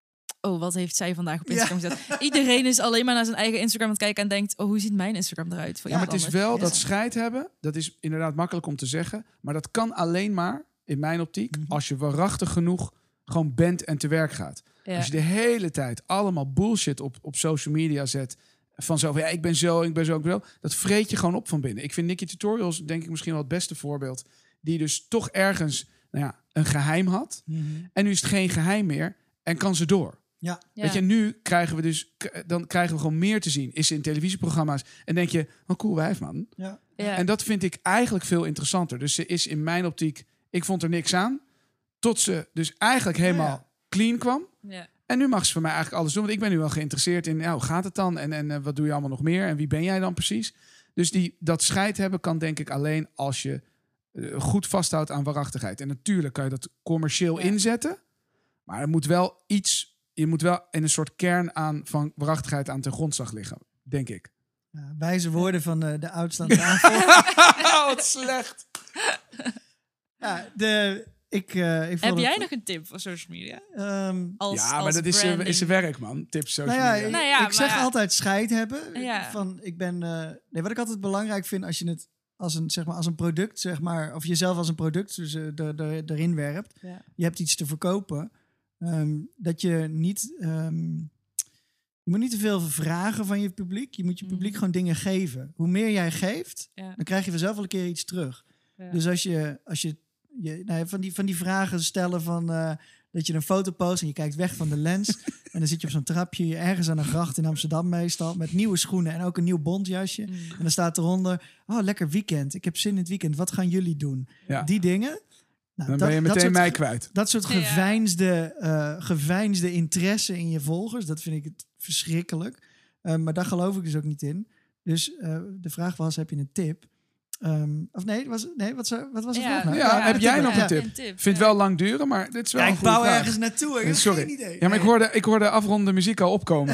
oh, wat heeft zij vandaag op Instagram ja. gezet? Iedereen is alleen maar naar zijn eigen Instagram aan het kijken en denkt, oh, hoe ziet mijn Instagram eruit? Voor ja, maar het is wel ja. dat scheid hebben. Dat is inderdaad makkelijk om te zeggen. Maar dat kan alleen maar, in mijn optiek, mm-hmm. als je waarachtig genoeg gewoon bent en te werk gaat. Ja. Als je de hele tijd allemaal bullshit op, op social media zet, van zo van, ja, ik ben zo, ik ben zo, ik ben zo, dat vreet je gewoon op van binnen. Ik vind Nikki Tutorials, denk ik, misschien wel het beste voorbeeld, die dus toch ergens, nou ja, een geheim had. Mm-hmm. En nu is het geen geheim meer en kan ze door. Ja. Weet je, nu krijgen we dus, dan krijgen we gewoon meer te zien. Is ze in televisieprogramma's en denk je, wat cool wijf, man. Ja. Ja. En dat vind ik eigenlijk veel interessanter. Dus ze is in mijn optiek, ik vond er niks aan, tot ze dus eigenlijk helemaal ja. clean kwam. Ja. En nu mag ze voor mij eigenlijk alles doen. Want ik ben nu wel geïnteresseerd in, ja, hoe gaat het dan? En, en uh, wat doe je allemaal nog meer? En wie ben jij dan precies? Dus die, dat scheid hebben kan denk ik alleen als je uh, goed vasthoudt aan waarachtigheid. En natuurlijk kan je dat commercieel ja. inzetten. Maar er moet wel iets, je moet wel in een soort kern aan van waarachtigheid aan ten grondslag liggen. Denk ik. Ja, wijze woorden van uh, de oudste aan tafel. Oh, wat slecht. Ja, de... Ik, uh, ik Heb jij het... nog een tip voor social media? Um, als, ja, maar als dat is, uh, is zijn werk, man. Tips social nou ja, media. Ik, nou ja, ik zeg ja. altijd scheid hebben. Ja. Van, ik ben, uh, nee, wat ik altijd belangrijk vind als je het als een, zeg maar, als een product, zeg maar, of jezelf als een product dus, uh, er, er, erin werpt. Ja. Je hebt iets te verkopen. Um, dat je niet... Um, je moet niet te veel vragen van je publiek. Je moet je publiek mm. gewoon dingen geven. Hoe meer jij geeft, ja. dan krijg je vanzelf wel een keer iets terug. Ja. Dus als je, als je, je nou ja, van, die, van die vragen stellen van... Uh, dat je een foto post en je kijkt weg van de lens... en dan zit je op zo'n trapje ergens aan een gracht in Amsterdam meestal... met nieuwe schoenen en ook een nieuw bontjasje. Mm. En dan staat eronder... oh, lekker weekend. Ik heb zin in het weekend. Wat gaan jullie doen? Ja. Die dingen... Nou, dan dat, ben je meteen mij kwijt. Dat soort geveinsde, uh, geveinsde interesse in je volgers... dat vind ik het verschrikkelijk. Uh, maar daar geloof ik dus ook niet in. Dus uh, de vraag was, heb je een tip... Um, of nee, was, nee wat, wat was het ja, nou? Ja, ja, heb jij nog ja. een tip? Een tip? Vind het wel lang duren, maar dit is wel ja, een goede vraag. Ik bouw vraag. ergens naartoe, ik heb Sorry. geen idee. Ja, maar ik hoorde, ik hoorde afronde muziek al opkomen.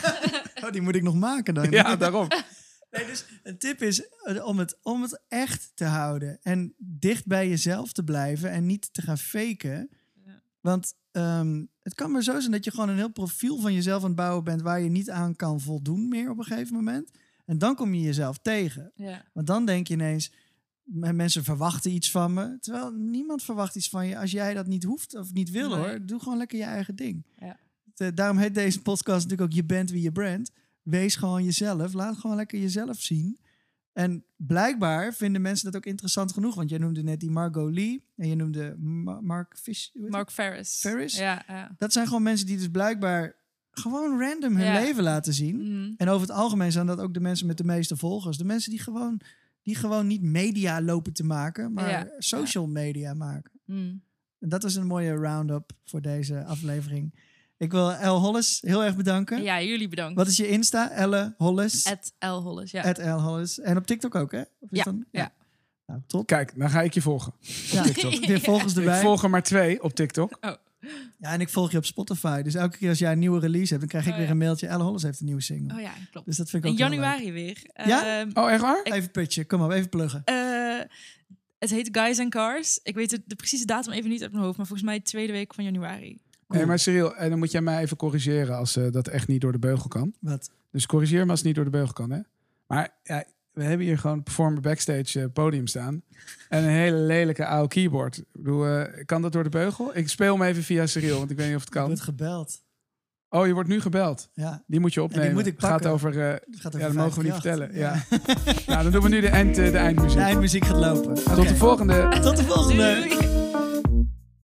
Oh, die moet ik nog maken dan. Ja, daarom. Nee, dus een tip is om het, om het echt te houden. En dicht bij jezelf te blijven en niet te gaan faken. Ja. Want um, het kan maar zo zijn dat je gewoon een heel profiel van jezelf aan het bouwen bent... waar je niet aan kan voldoen meer op een gegeven moment. En dan kom je jezelf tegen. Ja. Want dan denk je ineens... mensen verwachten iets van me. Terwijl niemand verwacht iets van je als jij dat niet hoeft of niet wil, nee. hoor. Doe gewoon lekker je eigen ding. Ja. De, daarom heet deze podcast natuurlijk ook Je bent wie je brand. Wees gewoon jezelf. Laat gewoon lekker jezelf zien. En blijkbaar vinden mensen dat ook interessant genoeg. Want jij noemde net die Margot Lee. En je noemde Ma- Mark Fish. Mark Ferris. Ferris. Ja, ja. Dat zijn gewoon mensen die dus blijkbaar gewoon random hun ja. leven laten zien. Mm. En over het algemeen zijn dat ook de mensen met de meeste volgers. De mensen die gewoon... die gewoon niet media lopen te maken, maar ja. social media maken. Mm. En dat was een mooie round-up voor deze aflevering. Ik wil Elle Hollis heel erg bedanken. Ja, jullie bedankt. Wat is je Insta? Elle Hollis? At Elle Hollis, ja. At Elle Hollis. En op TikTok ook, hè? Of is ja. Dan? ja. ja. Nou, top. Kijk, dan ga ik je volgen. Ja. TikTok. Weer volgers erbij. Ik volg er maar twee op TikTok. Oh. Ja, en ik volg je op Spotify. Dus elke keer als jij een nieuwe release hebt, dan krijg ik oh, weer ja. een mailtje. Elle Hollis heeft een nieuwe single. Oh ja, klopt. Dus dat vind ik ook in januari weer. Ja? Uh, oh, echt waar? Even pitchen. Kom op, even pluggen. Uh, het heet Guys and Cars. Ik weet de, de precieze datum even niet uit mijn hoofd, maar volgens mij tweede week van januari. Cool. Nee, maar Cyril, en dan moet jij mij even corrigeren als uh, dat echt niet door de beugel kan. Wat? Dus corrigeer me als het niet door de beugel kan, hè? Maar ja, we hebben hier gewoon Performer Backstage uh, podium staan. En een hele lelijke oude keyboard. Ik bedoel, uh, kan dat door de beugel? Ik speel hem even via Cyril, want ik weet niet of het kan. Je wordt gebeld. Oh, je wordt nu gebeld. Ja. Die moet je opnemen. Die moet ik pakken. Het gaat over... Uh, het gaat over ja, dat mogen we niet vertellen. Ja. Ja. Nou, dan doen we nu de, eind, uh, de eindmuziek. De eindmuziek gaat lopen. Tot okay. de volgende. Tot de volgende. Doei.